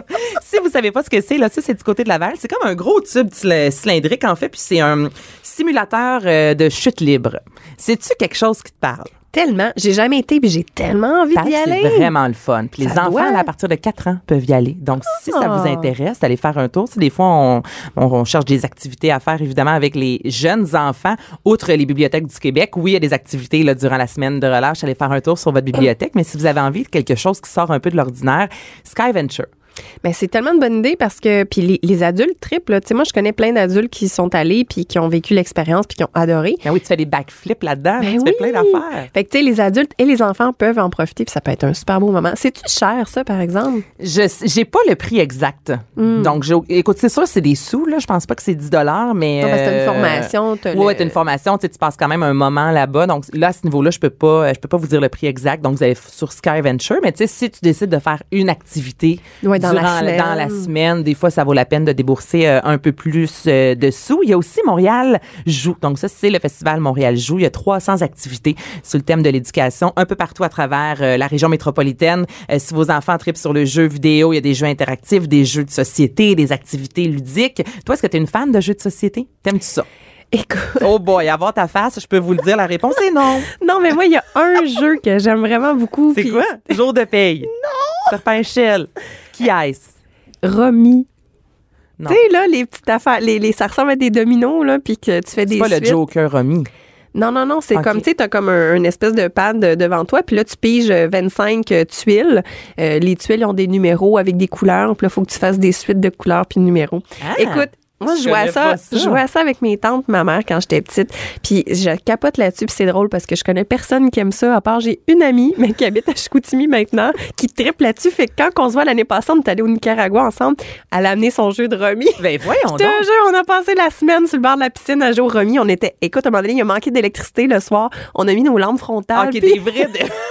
Si vous savez pas ce que c'est, là, ça, c'est du côté de Laval. C'est comme un gros tube cylindrique, en fait, puis c'est un simulateur de chute libre. C'est-tu quelque chose qui te parle? Tellement. J'ai jamais été, puis j'ai tellement envie d'y aller. C'est vraiment le fun. Puis les enfants, doit. là, à partir de 4 ans, peuvent y aller. Donc, si ça vous intéresse, d'aller faire un tour. Tu sais, des fois, on cherche des activités à faire, évidemment, avec les jeunes enfants. Outre les bibliothèques du Québec, oui, il y a des activités là, durant la semaine de relâche. Allez faire un tour sur votre bibliothèque. Mais si vous avez envie de quelque chose qui sort un peu de l'ordinaire, Sky Venture. Mais c'est tellement une bonne idée parce que puis les adultes trippent là. Tu sais, moi je connais plein d'adultes qui sont allés puis qui ont vécu l'expérience puis qui ont adoré. Ben oui, tu fais des backflips là-dedans, Ben tu fais plein d'affaires. Fait que tu sais, les adultes et les enfants peuvent en profiter puis ça peut être un super beau moment. C'est-tu cher ça par exemple? J'ai pas le prix exact. Donc écoute, c'est sûr c'est des sous là, je pense pas que c'est 10 $, mais Non, parce que t'as une formation, t'as une formation, tu passes quand même un moment là-bas. Donc là à ce niveau-là, je peux pas vous dire le prix exact. Donc vous allez sur Sky Venture, mais tu sais si tu décides de faire une activité dans la semaine, des fois, ça vaut la peine de débourser un peu plus de sous. Il y a aussi Montréal Joue. Donc, ça, c'est le festival Montréal Joue. Il y a 300 activités sur le thème de l'éducation un peu partout à travers la région métropolitaine. Si vos enfants trippent sur le jeu vidéo, il y a des jeux interactifs, des jeux de société, des activités ludiques. Toi, est-ce que tu es une fan de jeux de société? T'aimes-tu ça? Écoute. Oh boy, avoir ta face, je peux vous le dire, la réponse est non. Non, mais moi, il y a un jeu que j'aime vraiment beaucoup. C'est quoi? Jour de paye. Non! Serpent Shell. Qui est-ce? Romy. Non. Tu sais, là, les petites affaires, ça ressemble à des dominos, là, puis que tu fais des suites. C'est pas suites. le Joker Romy. Non, c'est comme, tu sais, t'as comme une espèce de pad devant toi, puis là, tu piges 25 tuiles. Les tuiles ont des numéros avec des couleurs, puis là, il faut que tu fasses des suites de couleurs puis de numéros. Écoute, moi, je jouais à ça avec mes tantes, ma mère, quand j'étais petite. Puis je capote là-dessus, puis c'est drôle parce que je connais personne qui aime ça, à part j'ai une amie, mais qui habite à Chicoutimi maintenant, qui trippe là-dessus. Fait que quand on se voit l'année passée, on est allé au Nicaragua ensemble, elle a amené son jeu de Romy. Ben voyons donc. Je te jure, on a passé la semaine sur le bord de la piscine à jouer au Romy. On était, écoute, à un moment donné, il a manqué d'électricité le soir. On a mis nos lampes frontales. OK, puis des vrais...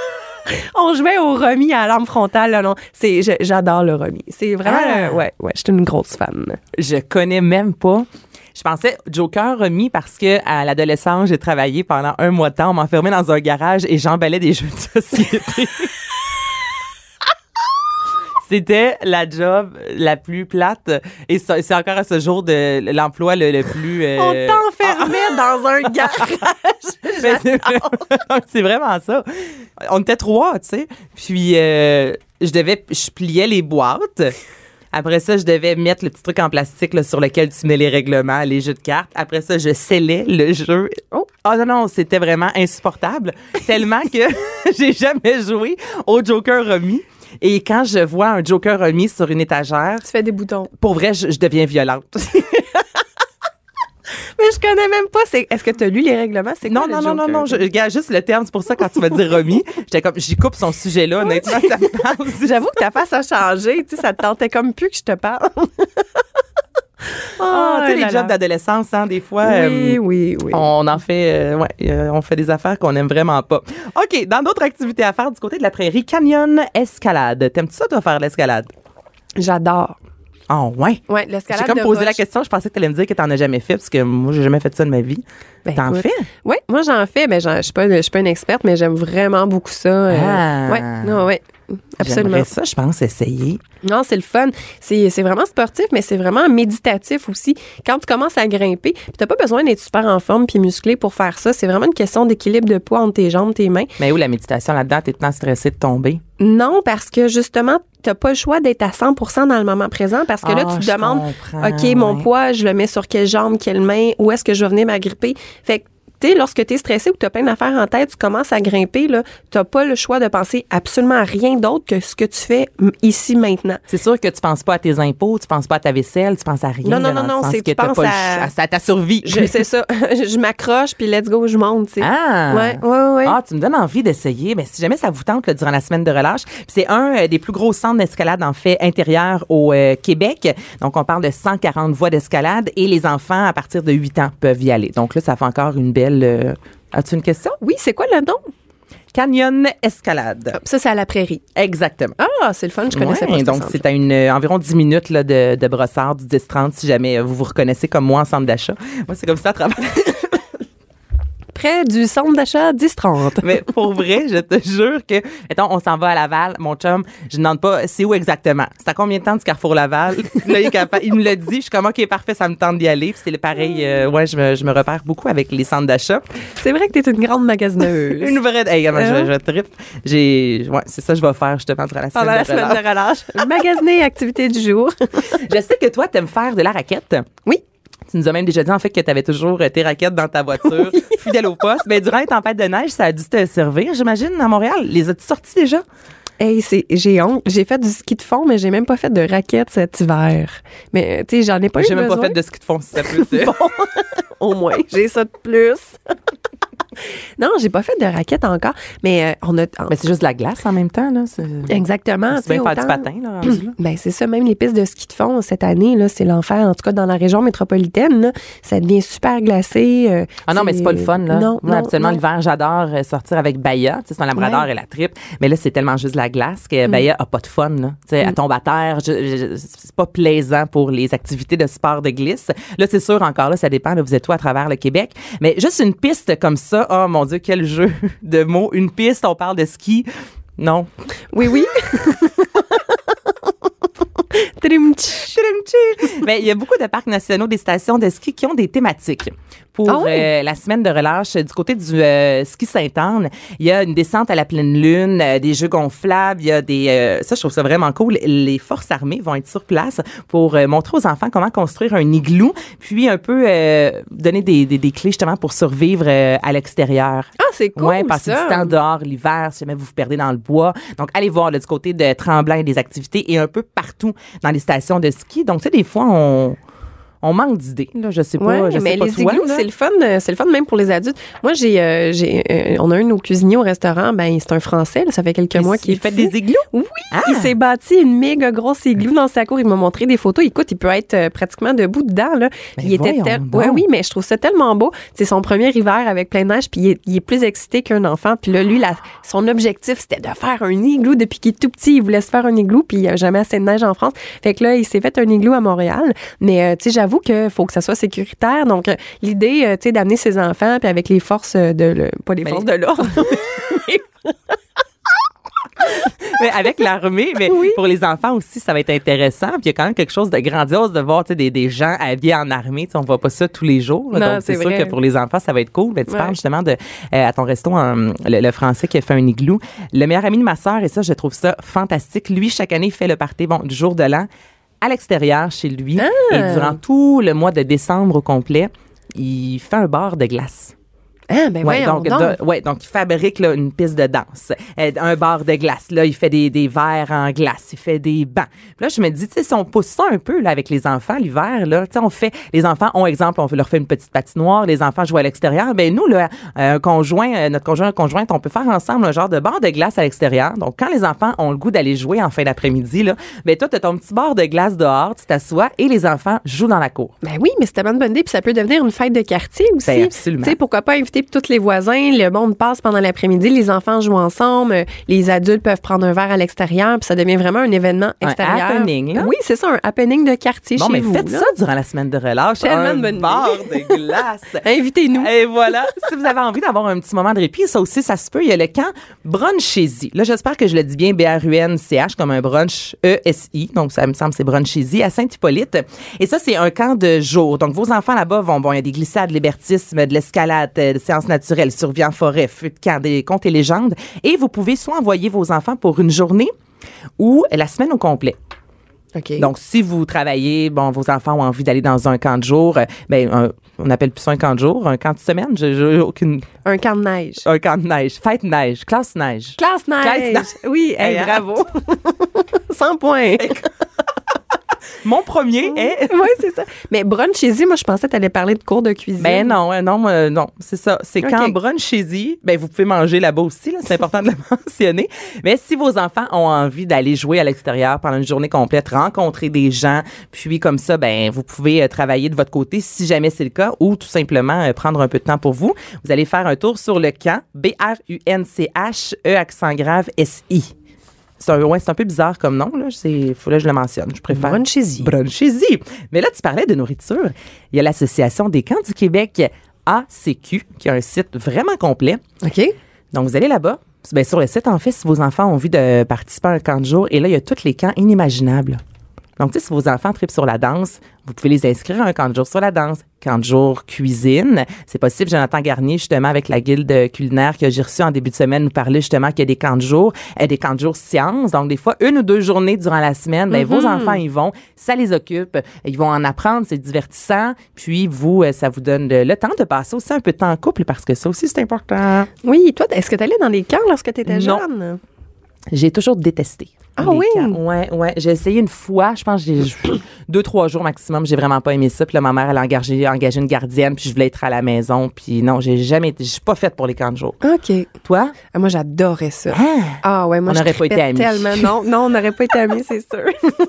On jouait au Romy à la lampe frontale. Là, non. J'adore le Romy. C'est vraiment... ouais, je suis une grosse fan. Je connais même pas... Je pensais Joker Romy parce que à l'adolescence, j'ai travaillé pendant 1 mois de temps. On m'enfermait dans un garage et j'emballais des jeux de société. C'était la job la plus plate et c'est encore à ce jour de l'emploi le plus... On t'enfermait dans un garage. C'est vraiment ça. On était 3, tu sais. Puis je pliais les boîtes. Après ça, je devais mettre le petit truc en plastique là, sur lequel tu mets les règlements, les jeux de cartes. Après ça, je scellais le jeu. Oh non, c'était vraiment insupportable. Tellement que j'ai jamais joué au Joker Romy. Et quand je vois un Joker Romy sur une étagère... Tu fais des boutons. Pour vrai, je deviens violente. Mais Mais je connais même pas. Est-ce que tu as lu les règlements? C'est quoi, Non. Je regarde juste le terme. C'est pour ça, quand tu vas dire Romy, j'étais comme, j'y coupe son sujet-là. Honnêtement, ça me parle. J'avoue que ta face a changé. Tu sais, ça te tentait comme plus que je te parle. Tu sais, les jobs d'adolescence, hein, des fois. Oui. On en fait, on fait des affaires qu'on aime vraiment pas. OK, dans d'autres activités à faire du côté de la prairie, canyon, escalade. T'aimes-tu ça, toi, faire l'escalade? J'adore. Oh, ouais. Ouais, l'escalade. J'ai comme de posé la roche. question, je pensais que tu allais me dire que t'en as jamais fait, parce que moi, j'ai jamais fait ça de ma vie. T'en écoute, fais? Oui, moi j'en fais, mais je suis pas une experte, mais j'aime vraiment beaucoup ça. Ouais, absolument. J'aimerais ça, je pense, essayer. Non, c'est le fun. C'est vraiment sportif, mais c'est vraiment méditatif aussi. Quand tu commences à grimper, puis t'as pas besoin d'être super en forme puis musclé pour faire ça. C'est vraiment une question d'équilibre de poids entre tes jambes, tes mains. Mais où la méditation là-dedans, t'es tout le temps stressé de tomber? Non, parce que justement, t'as pas le choix d'être à 100% dans le moment présent parce que là, tu te demandes, OK, mon poids, je le mets sur quelle jambe, quelle main, où est-ce que je vais venir m'agripper? Fait que tu sais, lorsque tu es stressé ou que tu as plein d'affaires en tête, tu commences à grimper, tu n'as pas le choix de penser absolument à rien d'autre que ce que tu fais ici, maintenant. C'est sûr que tu penses pas à tes impôts, tu penses pas à ta vaisselle, tu penses à rien. Non, c'est que tu penses à ta survie. C'est ça. Je m'accroche, puis let's go, je monte, tu sais. Ah! Ouais. Ah, tu me donnes envie d'essayer. Mais si jamais ça vous tente, là, durant la semaine de relâche, puis c'est un des plus gros centres d'escalade, en fait, intérieur au Québec. Donc, on parle de 140 voies d'escalade et les enfants, à partir de 8 ans, peuvent y aller. Donc là, ça fait encore une belle... As-tu une question? Oui, c'est quoi le nom? Canyon Escalade. Ça, c'est à la prairie. Exactement. Ah, c'est le fun, je connaissais pas ça. Donc, c'est à environ 10 minutes là, de Brossard, du 10-30, si jamais vous vous reconnaissez comme moi en centre d'achat. Moi, c'est comme ça à travers... Près du centre d'achat 10-30. Mais pour vrai, je te jure que, mettons, on s'en va à Laval, mon chum, je ne demande pas c'est où exactement. C'est à combien de temps du Carrefour Laval? Là, il me l'a dit. Je suis comme, OK, parfait, ça me tente d'y aller. Puis c'est pareil, je me repère beaucoup avec les centres d'achat. C'est vrai que tu es une grande magasineuse. Une vraie. Hey, je trippe. C'est ça que je vais faire justement durant la semaine de relâche. Pendant la semaine de relâche. Magasiner, activité du jour. Je sais que toi, tu aimes faire de la raquette. Oui. Tu nous as même déjà dit, en fait, que tu avais toujours tes raquettes dans ta voiture, fidèle au poste. Mais durant les tempêtes de neige, ça a dû te servir, j'imagine, à Montréal. Les as-tu sortis déjà? Hey, j'ai honte. J'ai fait du ski de fond, mais j'ai même pas fait de raquettes cet hiver. Mais, tu sais, j'en ai pas eu besoin. J'ai même pas fait de ski de fond, si ça peut. Bon, au moins, j'ai ça de plus. Non, j'ai pas fait de raquettes encore, mais Mais c'est juste de la glace en même temps, là. Exactement. C'est bien faire du patin, là. Ben, c'est ça, même les pistes de ski de fond, cette année, là, c'est l'enfer. En tout cas, dans la région métropolitaine, là, ça devient super glacé. Non, mais c'est pas le fun, là. Non, moi, habituellement, l'hiver, j'adore sortir avec Baya. Tu sais, c'est un labrador et la tripe. Mais là, c'est tellement juste de la glace que Baya a pas de fun, là. Tu sais, elle tombe à terre. C'est pas plaisant pour les activités de sport de glisse. Là, c'est sûr, encore là, ça dépend. Là, vous êtes où à travers le Québec. Mais juste une piste comme ça, oh mon Dieu, quel jeu de mots. Une piste, on parle de ski. Non. Oui. Mais il y a beaucoup de parcs nationaux, des stations de ski qui ont des thématiques. Pour la semaine de relâche, du côté du ski Sainte-Anne, il y a une descente à la pleine lune, des jeux gonflables, il y a des... ça, je trouve ça vraiment cool. Les forces armées vont être sur place pour montrer aux enfants comment construire un igloo, puis un peu donner des clés justement pour survivre à l'extérieur. Ah, c'est cool, ouais, passer du temps dehors l'hiver, si jamais vous vous perdez dans le bois. Donc, allez voir là, du côté de Tremblant, des activités et un peu partout dans les stations de ski. Donc, tu sais, des fois, on manque d'idées, là, je sais pas. Ouais, je mais sais pas les toi, igloos, c'est le fun même pour les adultes. Moi, on a un de nos cuisiniers au restaurant, ben c'est un Français, là, ça fait quelques mois qu'il fait des igloos. Oui, il s'est bâti une méga grosse igloo dans sa cour. Il m'a montré des photos. Écoute, il peut être pratiquement debout dedans là. Il était oui, mais je trouve ça tellement beau. C'est son premier hiver avec plein de neige, puis il est plus excité qu'un enfant. Puis là, lui, son objectif, c'était de faire un igloo depuis qu'il est tout petit. Il voulait se faire un igloo, puis il n'y a jamais assez de neige en France. Fait que là, il s'est fait un igloo à Montréal. Mais tu sais, j'avoue qu'il faut que ça soit sécuritaire. Donc, l'idée, tu sais, d'amener ses enfants, puis avec les forces pas les forces de l'ordre. Mais avec l'armée, mais pour les enfants aussi, ça va être intéressant. Puis il y a quand même quelque chose de grandiose de voir des gens habillés en armée. T'sais, on voit pas ça tous les jours. Là, non, donc, c'est sûr que pour les enfants, ça va être cool. Mais tu parles justement de à ton resto, le Français qui a fait un igloo. Le meilleur ami de ma sœur, et ça, je trouve ça fantastique. Lui, chaque année, il fait le party du jour de l'an à l'extérieur chez lui. Et durant tout le mois de décembre au complet, il fait un bar de glace. Ah, ben Ouais, voyons donc. donc il fabrique là, une piste de danse, un bar de glace. Là, il fait des verres en glace, il fait des bancs. Puis là, je me dis, tu sais, si on pousse ça un peu là avec les enfants l'hiver, là, tu sais, les enfants ont exemple, on leur fait une petite patinoire, les enfants jouent à l'extérieur. Ben nous, là, notre conjointe, on peut faire ensemble un genre de bar de glace à l'extérieur. Donc, quand les enfants ont le goût d'aller jouer en fin d'après-midi, là, ben toi, t'as ton petit bar de glace dehors, tu t'assois et les enfants jouent dans la cour. Ben oui, mais c'est tellement une bonne idée. Puis ça peut devenir une fête de quartier aussi. Ben, absolument. Tu sais, pourquoi pas inviter tous les voisins, le monde passe pendant l'après-midi, les enfants jouent ensemble, les adultes peuvent prendre un verre à l'extérieur, puis ça devient vraiment un événement extérieur. Un happening, là. Oui, c'est ça, un happening de quartier chez vous. Bon, mais faites là. ça durant la semaine de relâche. Tellement de un bonne bar de glace. Invitez-nous. Et voilà. Si vous avez envie d'avoir un petit moment de répit, ça aussi, ça se peut. Il y a le camp Brunchésie. Là, j'espère que je le dis bien, BRUNCH, comme un brunch ESI. Donc, ça me semble c'est Brunchésie à Saint-Hippolyte. Et ça, c'est un camp de jour. Donc, vos enfants là-bas il y a des glissades, l'hébertisme, de l'escalade, des séances naturelles, survie en forêt, feu de camp, des contes et légendes. Et vous pouvez soit envoyer vos enfants pour une journée ou la semaine au complet. OK. Donc, si vous travaillez, vos enfants ont envie d'aller dans un camp de jour, on appelle plus ça un camp de jour, un camp de semaine, j'ai aucune... Un camp de neige. Un camp de neige, fête neige, classe neige. Classe neige. Oui, hey, bravo. 100 points. Mon premier est... Oui, c'est ça. Mais Brunchésie, moi, je pensais que tu allais parler de cours de cuisine. Ben non, c'est ça. C'est quand Brunchésie, vous pouvez manger là-bas aussi, là, c'est important de le mentionner. Mais si vos enfants ont envie d'aller jouer à l'extérieur pendant une journée complète, rencontrer des gens, puis comme ça, vous pouvez travailler de votre côté si jamais c'est le cas, ou tout simplement prendre un peu de temps pour vous. Vous allez faire un tour sur le camp, BRUNCH, accent grave, SI. C'est un peu bizarre comme nom, là. Faut là je le mentionne. Je préfère. Brunchésie. Mais là, tu parlais de nourriture. Il y a l'Association des camps du Québec, ACQ, qui a un site vraiment complet. OK. Donc, vous allez là-bas. Sur le site, en fait, si vos enfants ont envie de participer à un camp de jour, et là, il y a tous les camps inimaginables. Donc, tu sais, si vos enfants trippent sur la danse, vous pouvez les inscrire à un camp de jour sur la danse, camp de jour cuisine. C'est possible. Jonathan Garnier, justement, avec la guilde culinaire que j'ai reçue en début de semaine, nous parlait justement qu'il y a des camps de jour sciences. Donc, des fois, 1 ou 2 journées durant la semaine, vos enfants y vont, ça les occupe, ils vont en apprendre, c'est divertissant. Puis, vous, ça vous donne le temps de passer aussi un peu de temps en couple parce que ça aussi, c'est important. Oui, toi, est-ce que tu allais dans les camps lorsque tu étais Non. jeune? J'ai toujours détesté. Ah oui? Ouais. J'ai essayé une fois, je pense que j'ai 2-3 jours maximum, j'ai vraiment pas aimé ça. Puis là, ma mère, elle a engagé une gardienne, puis je voulais être à la maison. Puis non, je suis pas faite pour les camps de jour. OK. Toi? Moi, j'adorais ça. Ouais, moi, on n'aurait pas été amis. Tellement. Non, on n'aurait pas été amis, c'est sûr.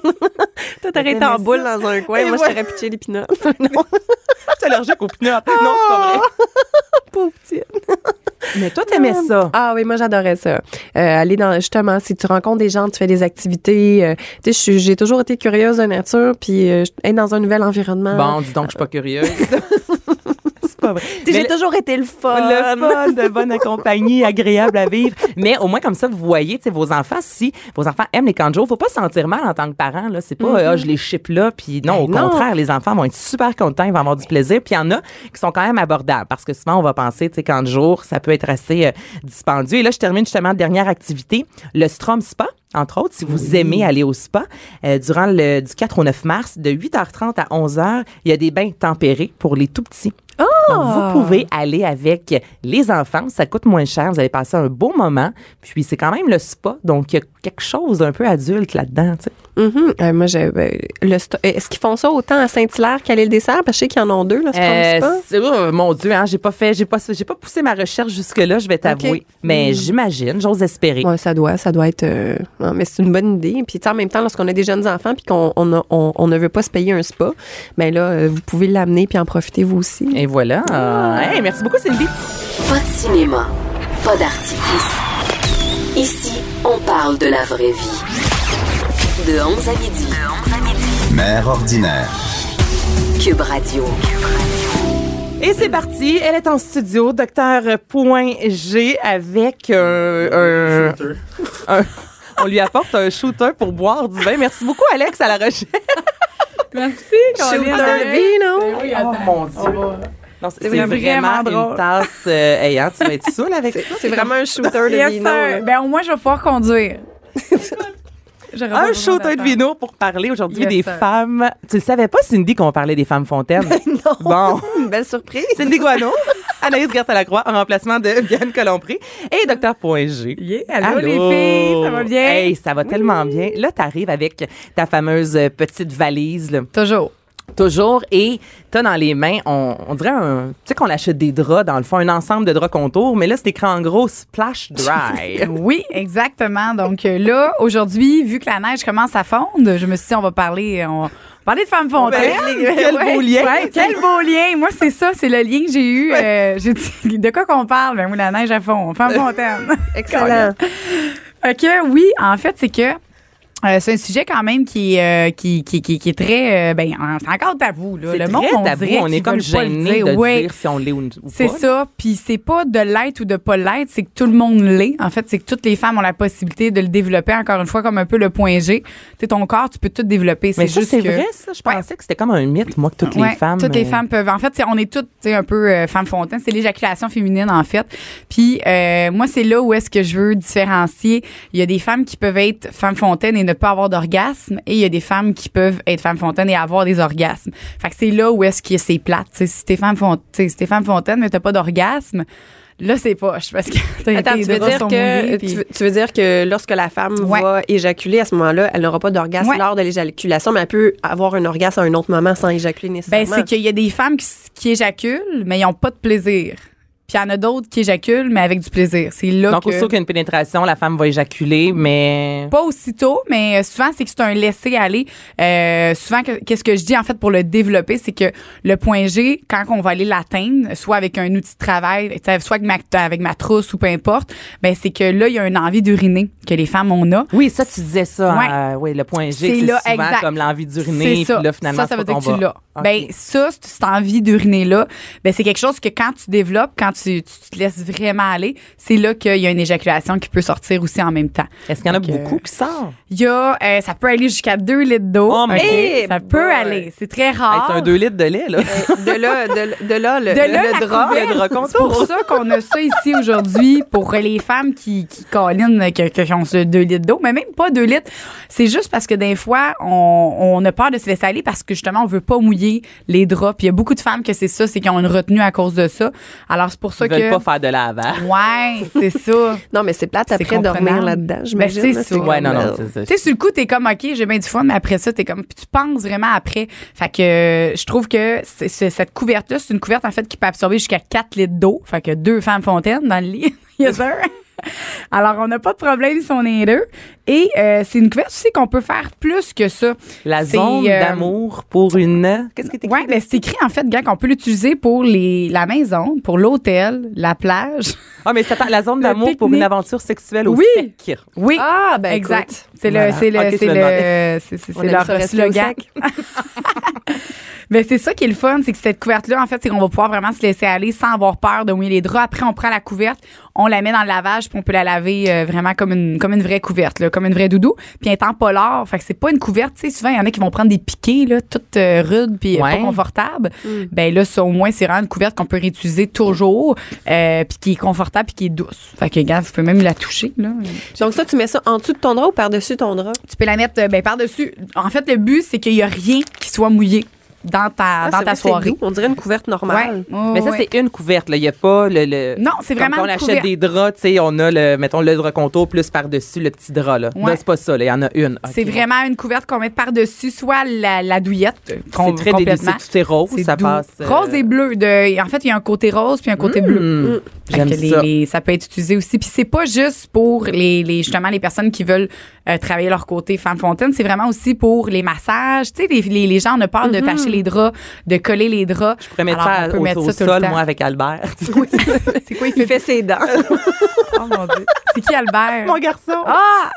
Toi, t'aurais été en boule dans un coin. Moi, je t'aurais pitché les pinottes. Non. Je suis allergique aux pinottes. Non, c'est pas vrai. Pauvre petite. Mais toi, t'aimais ça. Ah oui, moi, j'adorais ça. Aller justement, si tu rencontres des gens, tu fais des activités. Tu sais, j'ai toujours été curieuse de nature, puis être dans un nouvel environnement. Bon, dis donc, je suis pas curieuse. C'est pas vrai. J'ai toujours été le fun. De bonne compagnie, agréable à vivre. Mais au moins, comme ça, vous voyez, vos enfants, si vos enfants aiment les camps de jour, faut pas se sentir mal en tant que parent, là. C'est pas, je les ship là, puis non, au contraire, les enfants vont être super contents, ils vont avoir du plaisir. Puis il y en a qui sont quand même abordables, parce que souvent, on va penser, camp de jour, ça peut être assez dispendieux. Et là, je termine justement dernière activité, le Strom Spa. Entre autres, si vous aimez aller au spa, durant du 4 au 9 mars, de 8h30 à 11h, il y a des bains tempérés pour les tout-petits. Donc, vous pouvez aller avec les enfants. Ça coûte moins cher. Vous allez passer un beau moment. Puis, c'est quand même le spa. Donc, il y a quelque chose d'un peu adulte là-dedans, tu sais. Moi, est-ce qu'ils font ça autant à Saint-Hilaire qu'à l'Île-des-Serres? Parce que je sais qu'ils en ont 2, là, Spa. Mon Dieu, hein, j'ai pas poussé ma recherche jusque-là, je vais t'avouer. Okay. Mais j'imagine, j'ose espérer. Ouais, ça doit être... Non, mais c'est une bonne idée. Puis, en même temps, lorsqu'on a des jeunes enfants puis qu'on ne veut pas se payer un spa, bien là, vous pouvez l'amener puis en profiter vous aussi. Et voilà. Hey, merci beaucoup, Cindy. Pas de cinéma, pas d'artifice. Ici, on parle de la vraie vie. De 11 à midi. Mère ordinaire. Cube Radio. Et c'est parti. Elle est en studio, Dr.G, avec on lui apporte un shooter pour boire du vin. Merci beaucoup, Alex, à la recherche. Merci, Shooter vino. Oui, oh mon Dieu. Non, c'est vraiment drôle. Une tasse. Tu vas être saoul avec ça. C'est vraiment un shooter de vino. Ben, au moins, je vais pouvoir conduire. Un shooter de vino pour parler aujourd'hui des sir. femmes. Tu ne savais pas, Cindy, qu'on parlait des femmes fontaines? Non. Bon. Une belle surprise. Cindy Guano. Anaïs Gertin-Lacroix en remplacement de Bianne Colompré et Dr. Point G. Yeah, allô les filles, ça va bien? Hey, ça va tellement bien. Là, t'arrives avec ta fameuse petite valise, là. Toujours. Toujours, et t'as dans les mains, on dirait tu sais qu'on achète des draps, dans le fond, un ensemble de draps contours, mais là, c'est écrit en gros Splash Dry. Oui, exactement. Donc là, aujourd'hui, vu que la neige commence à fondre, je me suis dit, on va parler de Femme Fontaine. Quel beau lien. Ouais, quel beau lien. Moi, c'est ça, c'est le lien que j'ai eu. J'ai dit, de quoi qu'on parle? Ben oui, la neige à fond. Femme Fontaine. Excellent. OK, oui, en fait, c'est que c'est un sujet quand même qui est très c'est encore tabou là. C'est Le monde très on tabou, dirait on est qu'ils comme veulent pas le gêné dire. de Ouais. dire si on l'est ou C'est pas. ça, puis c'est pas de l'être ou de pas l'être, c'est que tout le monde l'est. En fait, c'est que toutes les femmes ont la possibilité de le développer, encore une fois, comme un peu le point G. Tu sais, ton corps, tu peux tout développer. Mais C'est ça, juste c'est que... vrai, ça. Je pensais que c'était comme un mythe, moi, que toutes les femmes. Toutes les femmes peuvent. En fait, on est toutes un peu Femme Fontaine. C'est l'éjaculation féminine, en fait. Puis, moi, c'est là où est-ce que je veux différencier. Il y a des femmes qui peuvent être Femme Fontaine et ne pas avoir d'orgasme. Et il y a des femmes qui peuvent être Femme Fontaine et avoir des orgasmes. Fait que c'est là où est-ce que c'est plate. T'sais, si t'es Femme Fontaine, mais t'as pas d'orgasme, là, c'est poche parce que Attends, tu veux dire que lorsque la femme va éjaculer, à ce moment-là, elle n'aura pas d'orgasme lors de l'éjaculation, mais elle peut avoir un orgasme à un autre moment sans éjaculer nécessairement. Ben, c'est qu'il y a des femmes qui éjaculent, mais ils n'ont pas de plaisir. Puis il y en a d'autres qui éjaculent, mais avec du plaisir. C'est là donc, aussitôt qu'il y a une pénétration, la femme va éjaculer, mais... Pas aussitôt, mais souvent, c'est que c'est un laisser-aller. Souvent, qu'est-ce que je dis, en fait, pour le développer, c'est que le point G, quand on va aller l'atteindre, soit avec un outil de travail, soit avec ma trousse ou peu importe, ben c'est que là, il y a une envie d'uriner que les femmes, on a. Oui, ça, tu disais ça. Oui, le point G, c'est là, souvent exact. Comme l'envie d'uriner. Puis là, finalement, ça veut dire que tu l'as. Okay. Ben, ça, cette envie d'uriner-là, ben, c'est quelque chose que quand tu développes, quand tu te laisses vraiment aller, c'est là qu'il y a une éjaculation qui peut sortir aussi en même temps. Est-ce qu'il y en a beaucoup qui sortent? Il y a, ça peut aller jusqu'à 2 litres d'eau. Oh, mais ça peut aller. C'est très rare. C'est un 2 litres de lait, là. De là, le drap. C'est pour ça qu'on a ça ici aujourd'hui, pour les femmes qui câlinent, qui ont ce 2 litres d'eau, mais même pas 2 litres. C'est juste parce que des fois, on a peur de se laisser aller parce que justement, on veut pas mouiller les draps. Puis il y a beaucoup de femmes que c'est ça, c'est qu'ils ont une retenue à cause de ça. Alors, c'est pour ça Ils veulent pas faire de lavage. Ouais, c'est ça. Non, mais c'est plate après dormir là-dedans, j'imagine. Ben, c'est ça. Ouais, non, c'est ça. Tu sais, sur le coup, t'es comme, OK, j'ai bien du fun, mais après ça, t'es comme, puis tu penses vraiment après. Fait que je trouve que cette couverte-là, c'est une couverte, en fait, qui peut absorber jusqu'à 4 litres d'eau. Fait que 2 femmes fontaines dans le lit. Yes, sir. Alors, on n'a pas de problème si on est deux. Et c'est une couverte aussi qu'on peut faire plus que ça. La zone d'amour pour une... Qu'est-ce que t'écris? Oui, ben, c'est écrit, en fait, gars, qu'on peut l'utiliser pour la maison, pour l'hôtel, la plage. Ah, mais la zone d'amour pour une aventure sexuelle au sec. Oui, ah, ben exact. Écoute. C'est le slogan. Ben, c'est ça qui est le fun, c'est que cette couverte-là, en fait, c'est qu'on va pouvoir vraiment se laisser aller sans avoir peur de mouiller les draps. Après, on prend la couverte, on la met dans le lavage, puis on peut la laver vraiment comme une vraie couverte, là, comme une vraie doudou. Puis elle est en polar, fait que c'est pas une couverte. Tu sais, souvent, il y en a qui vont prendre des piquets, là, toutes rudes, puis pas confortables. Ben là, ça, au moins, c'est vraiment une couverte qu'on peut réutiliser toujours, puis qui est confortable, puis qui est douce. Fait que, regarde, vous pouvez même la toucher, là. Donc ça, tu mets ça en dessous de ton drap ou par-dessus ton drap? Tu peux la mettre, par-dessus. En fait, le but, c'est qu'il y a rien qui soit mouillé dans ta soirée. On dirait une couverte normale. Ouais. Mais ça, c'est une couverte. Il n'y a pas le... Non, c'est vraiment quand on achète des draps, tu sais, on a le drap contour plus par-dessus le petit drap. Là, c'est pas ça. Il y en a une. C'est vraiment une couverte qu'on met par-dessus, soit la douillette. C'est très complètement. C'est rose, ça doux. passe. Rose et bleu. En fait, il y a un côté rose puis un côté bleu. J'aime ça. Ça peut être utilisé aussi. Puis c'est pas juste pour justement les personnes qui veulent travailler leur côté femme fontaine. C'est vraiment aussi pour les massages. Tu sais, les gens ont peur de tâcher les draps, de coller les draps. Je pourrais mettre ça au sol, moi, avec Albert. C'est quoi, il fait ses dents. Oh mon Dieu. C'est qui Albert? Mon garçon. Ah!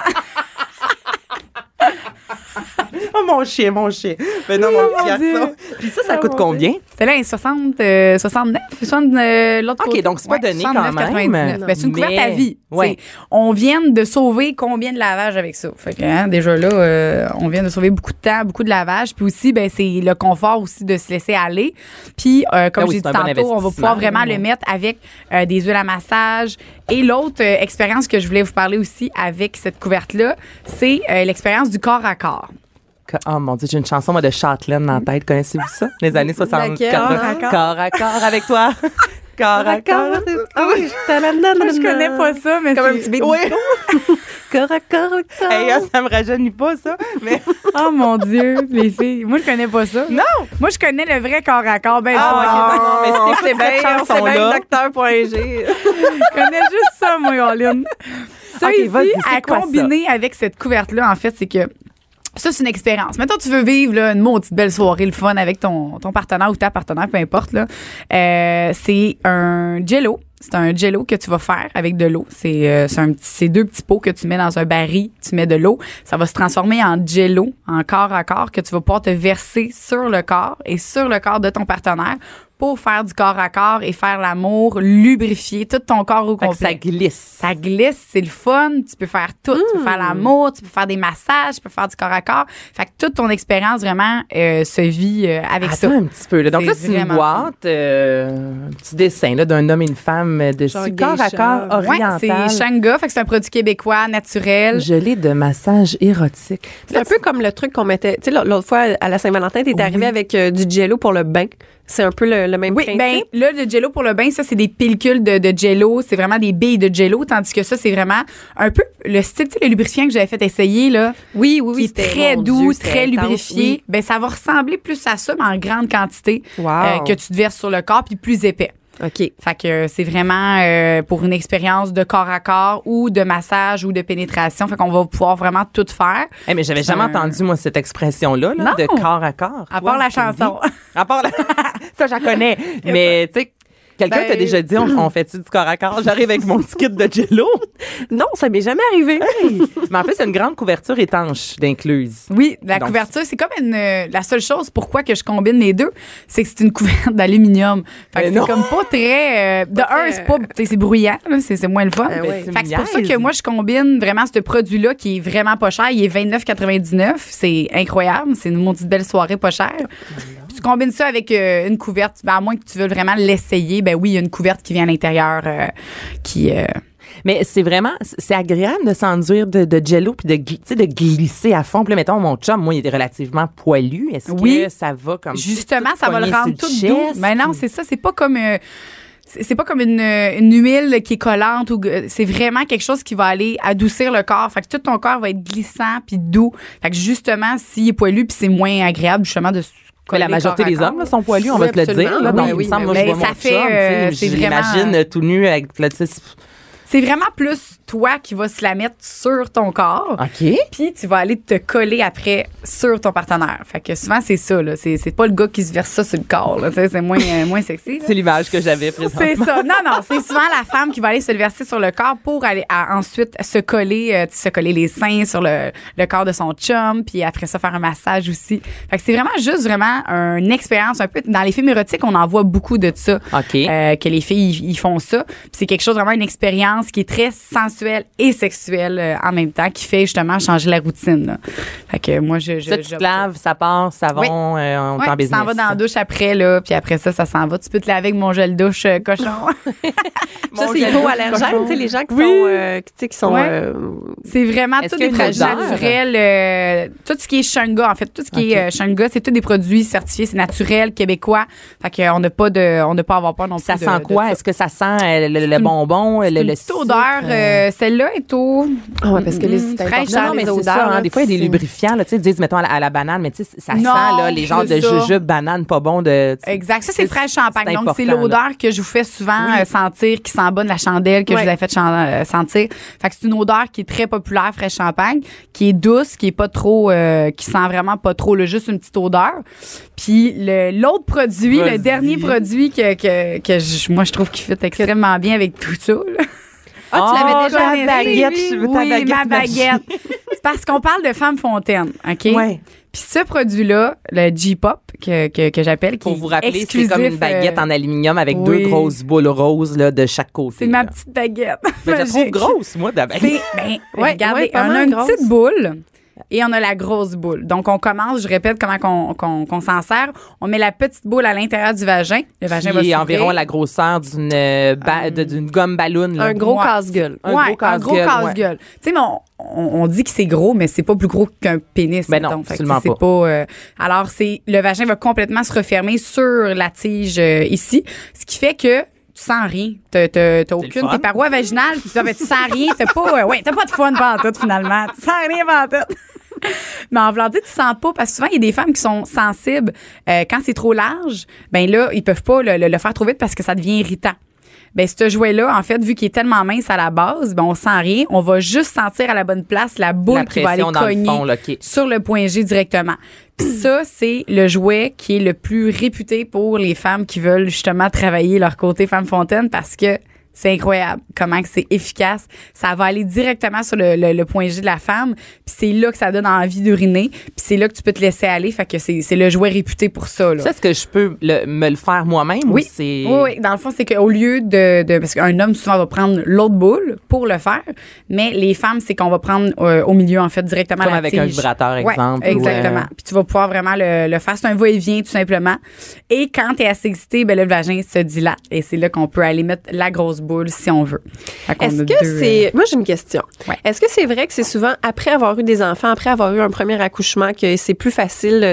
Oh, mon chien. Mais non, mon petit garçon. Puis ça coûte combien? C'est là, 69. L'autre côté. OK, donc c'est pas donné 69, quand même. Ben, c'est une couverte à vie. Ouais. On vient de sauver combien de lavage avec ça? Fait que, déjà là, on vient de sauver beaucoup de temps, beaucoup de lavage. Puis aussi, ben, c'est le confort aussi de se laisser aller. Puis, comme j'ai dit tantôt, on va pouvoir vraiment le mettre avec des huiles à massage. Et l'autre expérience que je voulais vous parler aussi avec cette couverte-là, c'est l'expérience du corps à corps. Oh mon Dieu, j'ai une chanson moi, de Châtelaine en tête. Connaissez-vous ça? Les années 60. Laquelle? Corps à corps avec toi. Corps à corps. Ah oui, Moi, je connais pas ça, mais Comme un c'est... petit bébé. Oui. Corps à corps. Hey, ça me rajeunit pas, ça. Mais Oh mon Dieu, les filles. Moi, je connais pas ça. non! Moi, je connais le vrai corps à corps. Ben, Ah, ok, non, mais c'est bien, cette c'est bien chanson-là. docteur.g. je connais juste ça, moi, Caroline. Ça, Ok, ici, vas-y, c'est à quoi combiner avec cette couverte-là, en fait, c'est que ça, c'est une expérience. Mettons, tu veux vivre là, une maudite belle soirée, le fun avec ton partenaire ou ta partenaire, peu importe. Là. C'est un jello. C'est un jello que tu vas faire avec de l'eau. C'est deux petits pots que tu mets dans un baril, tu mets de l'eau. Ça va se transformer en jello, en corps à corps, que tu vas pouvoir te verser sur le corps et sur le corps de ton partenaire pour faire du corps à corps et faire l'amour, lubrifier tout ton corps au Fait que complet. ça glisse. Ça glisse, c'est le fun. Tu peux faire tout. Tu peux faire l'amour, tu peux faire des massages, tu peux faire du corps à corps. Fait que toute ton expérience, vraiment, se vit avec ça. Attends un petit peu. Là. Donc là, C'est c'est une vraiment boîte, un petit dessin là, d'un homme et une femme dessus. Genre Corps à geisha. corps Ouais, oriental. c'est Shanga, fait que c'est un produit québécois, naturel. Gelé de massage érotique. C'est un peu comme le truc qu'on mettait. Tu sais, l'autre fois, à la Saint-Valentin, t'es arrivé avec du jello pour le bain. C'est un peu le même Oui, principe. ben là, le jello pour le bain, ça, c'est des pellicules de jello. C'est vraiment des billes de jello, tandis que ça, c'est vraiment un peu le style, tu sais, le lubrifiant que j'avais fait essayer, là. oui, Qui est c'était, très mon doux, Dieu, c'était très intense, lubrifié. oui. Ben, ça va ressembler plus à ça, mais en grande quantité, Wow. que tu te verses sur le corps, puis plus épais. OK. Fait que c'est vraiment pour une expérience de corps à corps ou de massage ou de pénétration. Fait qu'on va pouvoir vraiment tout faire. Eh, mais j'avais C'est jamais un- entendu, moi, cette expression-là, là, Non. de corps à corps. À Toi, part la tu me chanson. dis. À part la... Ça, j'en connais. Mais, tu sais, quelqu'un Ben- t'a déjà dit, on fait-tu du corps à corps? J'arrive avec mon petit kit de jello. Non, ça m'est jamais arrivé. Mais en plus, c'est une grande couverture étanche d'incluse. Oui, la Donc, couverture, c'est comme la seule chose pourquoi que je combine les deux, c'est que c'est une couverte d'aluminium. Fait que Mais c'est non. comme pas très de un, c'est pas tu sais, c'est bruyant, là, c'est moins le fun. Ah ouais. Fait que c'est pour ça niaises. que moi je combine vraiment ce produit-là qui est vraiment pas cher, il est 29,99, c'est incroyable, c'est une maudite belle soirée pas chère. Puis tu combines ça avec une couverte, ben, à moins que tu veuilles vraiment l'essayer, ben oui, il y a une couverte qui vient à l'intérieur qui Mais c'est vraiment, c'est agréable de s'enduire de jello puis tu sais, de glisser à fond. Puis là, mettons, mon chum, moi, il est relativement poilu. Est-ce Oui. que ça va comme justement, tout ça va le pogner rendre sur tout le doux. chest? Mais non, c'est ça. C'est pas comme c'est pas comme une huile qui est collante ou c'est vraiment quelque chose qui va aller adoucir le corps. Fait que tout ton corps va être glissant puis doux. Fait que justement, s'il est poilu puis c'est moins agréable justement de Mais la coller majorité corps à des corps. hommes là, sont poilus, on Oui, va se le absolument. dire. Là, Oui, donc, il oui, me semble, mais moi, je oui. vois Mais mon ça fait, chum, tu sais, c'est je vraiment- l'imagine tout nu avec là, tu sais, C'est vraiment plus toi qui vas se la mettre sur ton corps. OK. Puis tu vas aller te coller après sur ton partenaire. Fait que souvent c'est ça là, c'est pas le gars qui se verse ça sur le corps là, tu sais, c'est moins sexy. là. C'est l'image que j'avais présentement. C'est ça. Non, c'est souvent la femme qui va aller se le verser sur le corps pour aller ensuite se coller les seins sur le corps de son chum, puis après ça faire un massage aussi. Fait que c'est vraiment juste vraiment une expérience un peu. Dans les films érotiques, on en voit beaucoup de ça. OK. Que les filles ils font ça. Puis c'est quelque chose vraiment une expérience qui est très sensuelle et sexuelle en même temps, qui fait justement changer la routine. Là. Fait que moi je Ça, tu te laves, ça part, savon, Oui. on est en Ouais, tu business. s'en vas dans la douche après, là, puis après ça s'en va. Tu peux te laver avec mon gel douche cochon. Ça, c'est hypoallergène, tu sais, les gens qui Oui. sont, tu sais, qui sont, Ouais. C'est vraiment Est-ce tous qu'il y des a une produits odeur? naturels. Tout ce qui est Shanga, en fait, tout ce qui est Shanga, c'est tous des produits certifiés, c'est naturel, québécois. Fait qu'on n'a pas à avoir peur non plus. Ça de- sent de quoi? ça. Est-ce que ça sent le bonbon, C'est le une petite sucre? odeur. Celle-là est au. Ah ouais, parce que les c'est fraîche, important, Non, mais les c'est ça. odeurs, Hein, des fois, il y a des c'est- lubrifiants, là, tu sais, ils disent, mettons, à la banane, mais tu sais, ça Non, sent, là, les genres de c'est ça. jujubes, banane, pas bon de. Exact. Ça, c'est fraîche champagne. c'est Donc, c'est important, l'odeur que je vous fais souvent sentir, qui sent bonne la chandelle que je Ouais. vous ai fait sentir. Fait que c'est une odeur qui est très populaire, fraîche champagne, qui est douce, qui est pas trop, qui sent vraiment pas trop, là, juste une petite odeur. Puis l'autre produit, Vas-y. le dernier produit moi, je trouve qu'il fit extrêmement bien avec tout ça, là. Ah, tu l'avais déjà ta essayé, baguette, oui. je veux ta Oui, baguette ma magique. baguette. C'est parce qu'on parle de femme fontaine, OK? Ouais. Puis ce produit-là, le G-Pop, que j'appelle, qui Pour vous rappeler, c'est exclusif, comme une baguette en aluminium avec oui. deux grosses boules roses là, de chaque côté. c'est ma là. petite baguette. Ben, je la trouve magique. grosse, moi, de la baguette. Ouais, Regardez, ouais, pas on a mal une grosse. petite boule et on a la grosse boule. Donc, on commence, je répète comment qu'on s'en sert. On met la petite boule à l'intérieur du vagin. Le vagin va Qui est s'ouvrir. environ la grosseur d'une gomme ballon. là. Un gros Ouais. casse-gueule. Un Ouais, gros casse-gueule, casse-gueule. Tu sais, mais on dit que c'est gros, mais c'est pas plus gros qu'un pénis. Ben non, mettons. Fait que absolument c'est pas. Alors, le vagin va complètement se refermer sur la tige ici, ce qui fait que sens rien. T'as aucune. Tes parois vaginales, puis tu sens rien. T'as pas de fun pantoute, finalement. Tu sens rien pantoute. Mais en voulant dire, tu sens pas, parce que souvent, il y a des femmes qui sont sensibles. Quand c'est trop large, ben là, ils peuvent pas le faire trop vite parce que ça devient irritant. Ben ce jouet-là, en fait, vu qu'il est tellement mince à la base, ben on sent rien. On va juste sentir à la bonne place la boule qui va aller cogner sur le point G directement. Puis ça, c'est le jouet qui est le plus réputé pour les femmes qui veulent justement travailler leur côté femme fontaine, parce que c'est incroyable comment que c'est efficace. Ça va aller directement sur le point G de la femme. Puis c'est là que ça donne envie d'uriner. Puis c'est là que tu peux te laisser aller. Fait que c'est le jouet réputé pour ça. Là. Ça, est-ce que je peux me le faire moi-même? Oui. Ou c'est... Oui. Dans le fond, c'est qu'au lieu de parce qu'un homme, souvent, va prendre l'autre boule pour le faire. Mais les femmes, c'est qu'on va prendre au milieu, en fait, directement comme la avec tige. un vibrateur, exemple. Ouais, exactement. Puis tu vas pouvoir vraiment le faire. C'est un va-et-vient, tout simplement. Et quand tu es assez excité, ben, le vagin se dilate. Et c'est là qu'on peut aller mettre la grosse boule si on veut. Est-ce que c'est... Moi, j'ai une question. Ouais. Est-ce que c'est vrai que c'est souvent après avoir eu des enfants, après avoir eu un premier accouchement, que c'est plus facile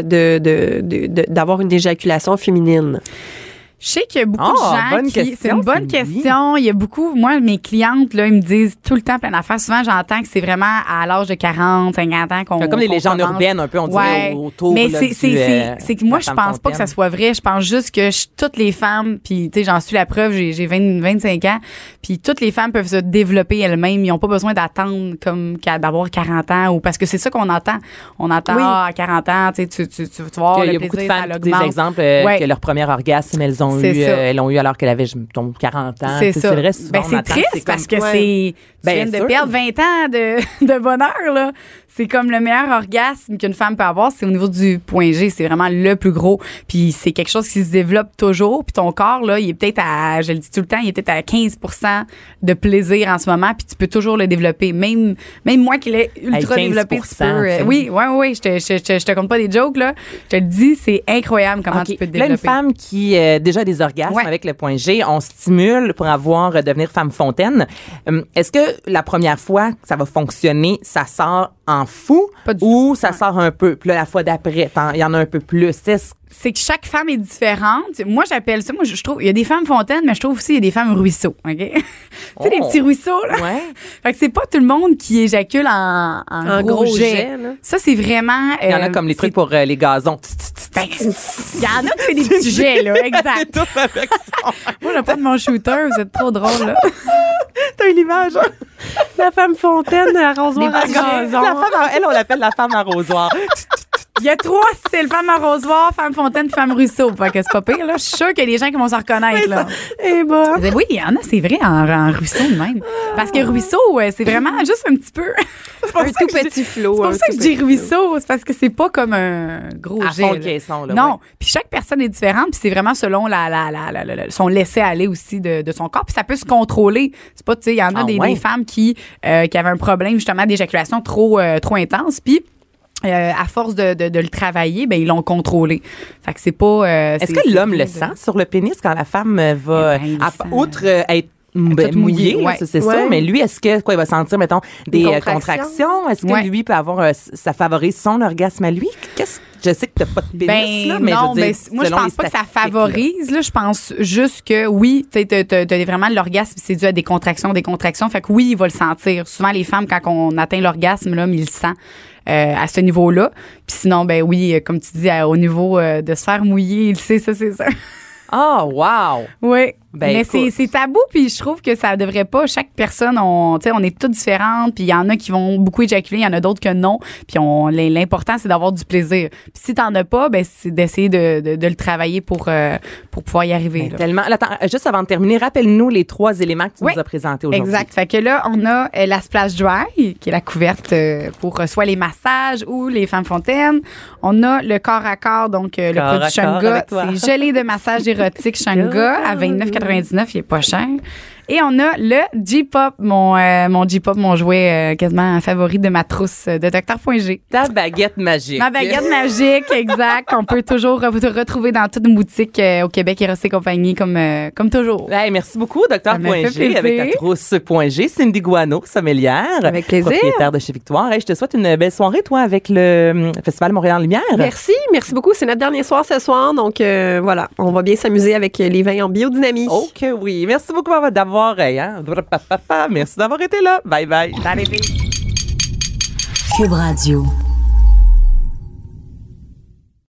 d'avoir une éjaculation féminine? Je sais qu'il y a beaucoup de gens qui... C'est une bonne Cindy. question. Il y a beaucoup... Moi, mes clientes, là, ils me disent tout le temps plein d'affaires. Souvent, j'entends que c'est vraiment à l'âge de 40, 50 ans qu'on... Comme les légendes commence. urbaines, un peu, on dirait, autour Mais là, c'est que moi, je pense pas que ça soit vrai. Je pense juste que toutes les femmes, puis tu sais, j'en suis la preuve, j'ai 25 ans, puis toutes les femmes peuvent se développer elles-mêmes. Ils n'ont pas besoin d'attendre comme d'avoir 40 ans, ou parce que c'est ça qu'on entend. On entend, Oui. À 40 ans, tu vas voir, il y le a beaucoup de plaisir, femmes ça qui disent, l'augmente. exemple, Ouais. que leur premier orgasme, elles l'ont eu alors qu'elle avait, 40 ans. C'est ça. vrai, souvent, Ben, on c'est attend, triste parce que Ouais. tu viens de sûr. perdre 20 ans de bonheur, là. C'est comme le meilleur orgasme qu'une femme peut avoir, c'est au niveau du point G. C'est vraiment le plus gros. Puis c'est quelque chose qui se développe toujours. Puis ton corps, là, il est peut-être je le dis tout le temps, il est peut-être à 15% de plaisir en ce moment. Puis tu peux toujours le développer. Même moi qui l'ai ultra développé, tu peux. Oui. Je te compte pas des jokes, là. Je te le dis, c'est incroyable comment tu peux te développer. Là, une femme qui déjà a des orgasmes avec le point G, on stimule pour devenir femme fontaine. Est-ce que la première fois que ça va fonctionner, ça sort en fou ou ça sort un peu? Puis là, la fois d'après, il y en a un peu plus. C'est que chaque femme est différente. Moi, j'appelle ça, je trouve, il y a des femmes fontaines, mais je trouve aussi qu'il y a des femmes ruisseaux, OK? Tu sais, les petits ruisseaux, là. Ouais. Fait que c'est pas tout le monde qui éjacule en gros jet. Là. Ça, c'est vraiment... Il y en a comme les trucs pour les gazons. Ben, il y en a qui fait des petits jets, là, exact. Moi, j'ai pas de mon shooter, vous êtes trop drôle, là. T'as une image, hein? La femme fontaine, arrosoir à gazon. La femme, elle, on l'appelle la femme arrosoir. Il y a 3 styles, femme arrosoir, femme fontaine, femme ruisseau. Fait que c'est pas pire, là. Je suis sûre qu'il y a des gens qui vont s'en reconnaître, là. Et bon. Oui, il y en a, c'est vrai, en ruisseau de même. Parce que ruisseau, c'est vraiment juste un petit peu. Un tout petit flot. C'est pour ça que je dis ruisseau, c'est parce que c'est pas comme un gros À jet. fond le là. caisson, là. Non, ouais. puis chaque personne est différente, puis c'est vraiment selon son laisser-aller aussi de son corps, puis ça peut se contrôler. C'est pas, tu sais, il y en a des femmes qui avaient un problème justement d'éjaculation trop intense, puis à force de le travailler, ben ils l'ont contrôlé. Fait que c'est pas. Est-ce que l'homme le sent sur le pénis quand la femme va, Eh ben, outre être mouillé, ouais. ça, c'est Ouais. sûr, mais lui, est-ce que il va sentir, mettons, des contractions? contractions? Est-ce que Ouais. lui peut avoir, ça favorise son orgasme à lui? Je sais que t'as pas de pénis, là, mais non, je veux dire, moi je selon pense les pas que ça statistiques, favorise. Là, je pense juste que oui, tu sais, t'as vraiment l'orgasme, c'est dû à des contractions. Fait que oui, il va le sentir. Souvent les femmes, quand on atteint l'orgasme, l'homme il le sent à ce niveau-là. Puis sinon, ben oui, comme tu dis, au niveau de se faire mouiller, il le sait, ça c'est ça. Oh, wow! Oui. Ben, mais écoute. c'est tabou, puis je trouve que ça devrait pas. Chaque personne, on est toutes différentes, puis il y en a qui vont beaucoup éjaculer, il y en a d'autres que non. Puis l'important, c'est d'avoir du plaisir. Puis si t'en as pas, ben c'est d'essayer de le travailler pour pouvoir y arriver. Ben, là. tellement. Là, attends, juste avant de terminer, rappelle-nous les 3 éléments que tu Oui, nous as présentés aujourd'hui. Exact. Fait que là, on a la splash dry, qui est la couverte pour soit les massages ou les femmes fontaines. On a le corps à corps, donc le Corps produit à corps Shunga. avec toi. C'est gelé de massage érotique Shunga à 29,99. Il est pas cher. Et on a le J-Pop, mon J-Pop, mon jouet quasiment favori de ma trousse de Dr.G. Ta baguette magique. Ma baguette magique, exact, qu'on peut toujours retrouver dans toute une boutique au Québec et et compagnie, comme toujours. Hey, merci beaucoup, Dr.G, avec ta trousse.g. Cindy Guano, sommelière. Avec plaisir. Propriétaire de chez Victoire. Hey, je te souhaite une belle soirée, toi, avec le Festival Montréal en Lumière. Merci beaucoup. C'est notre dernier soir ce soir, donc voilà, on va bien s'amuser avec les vins en biodynamie. OK, oui. Merci beaucoup d'avoir, merci d'avoir été là. Bye bye. Allez, Cube Radio.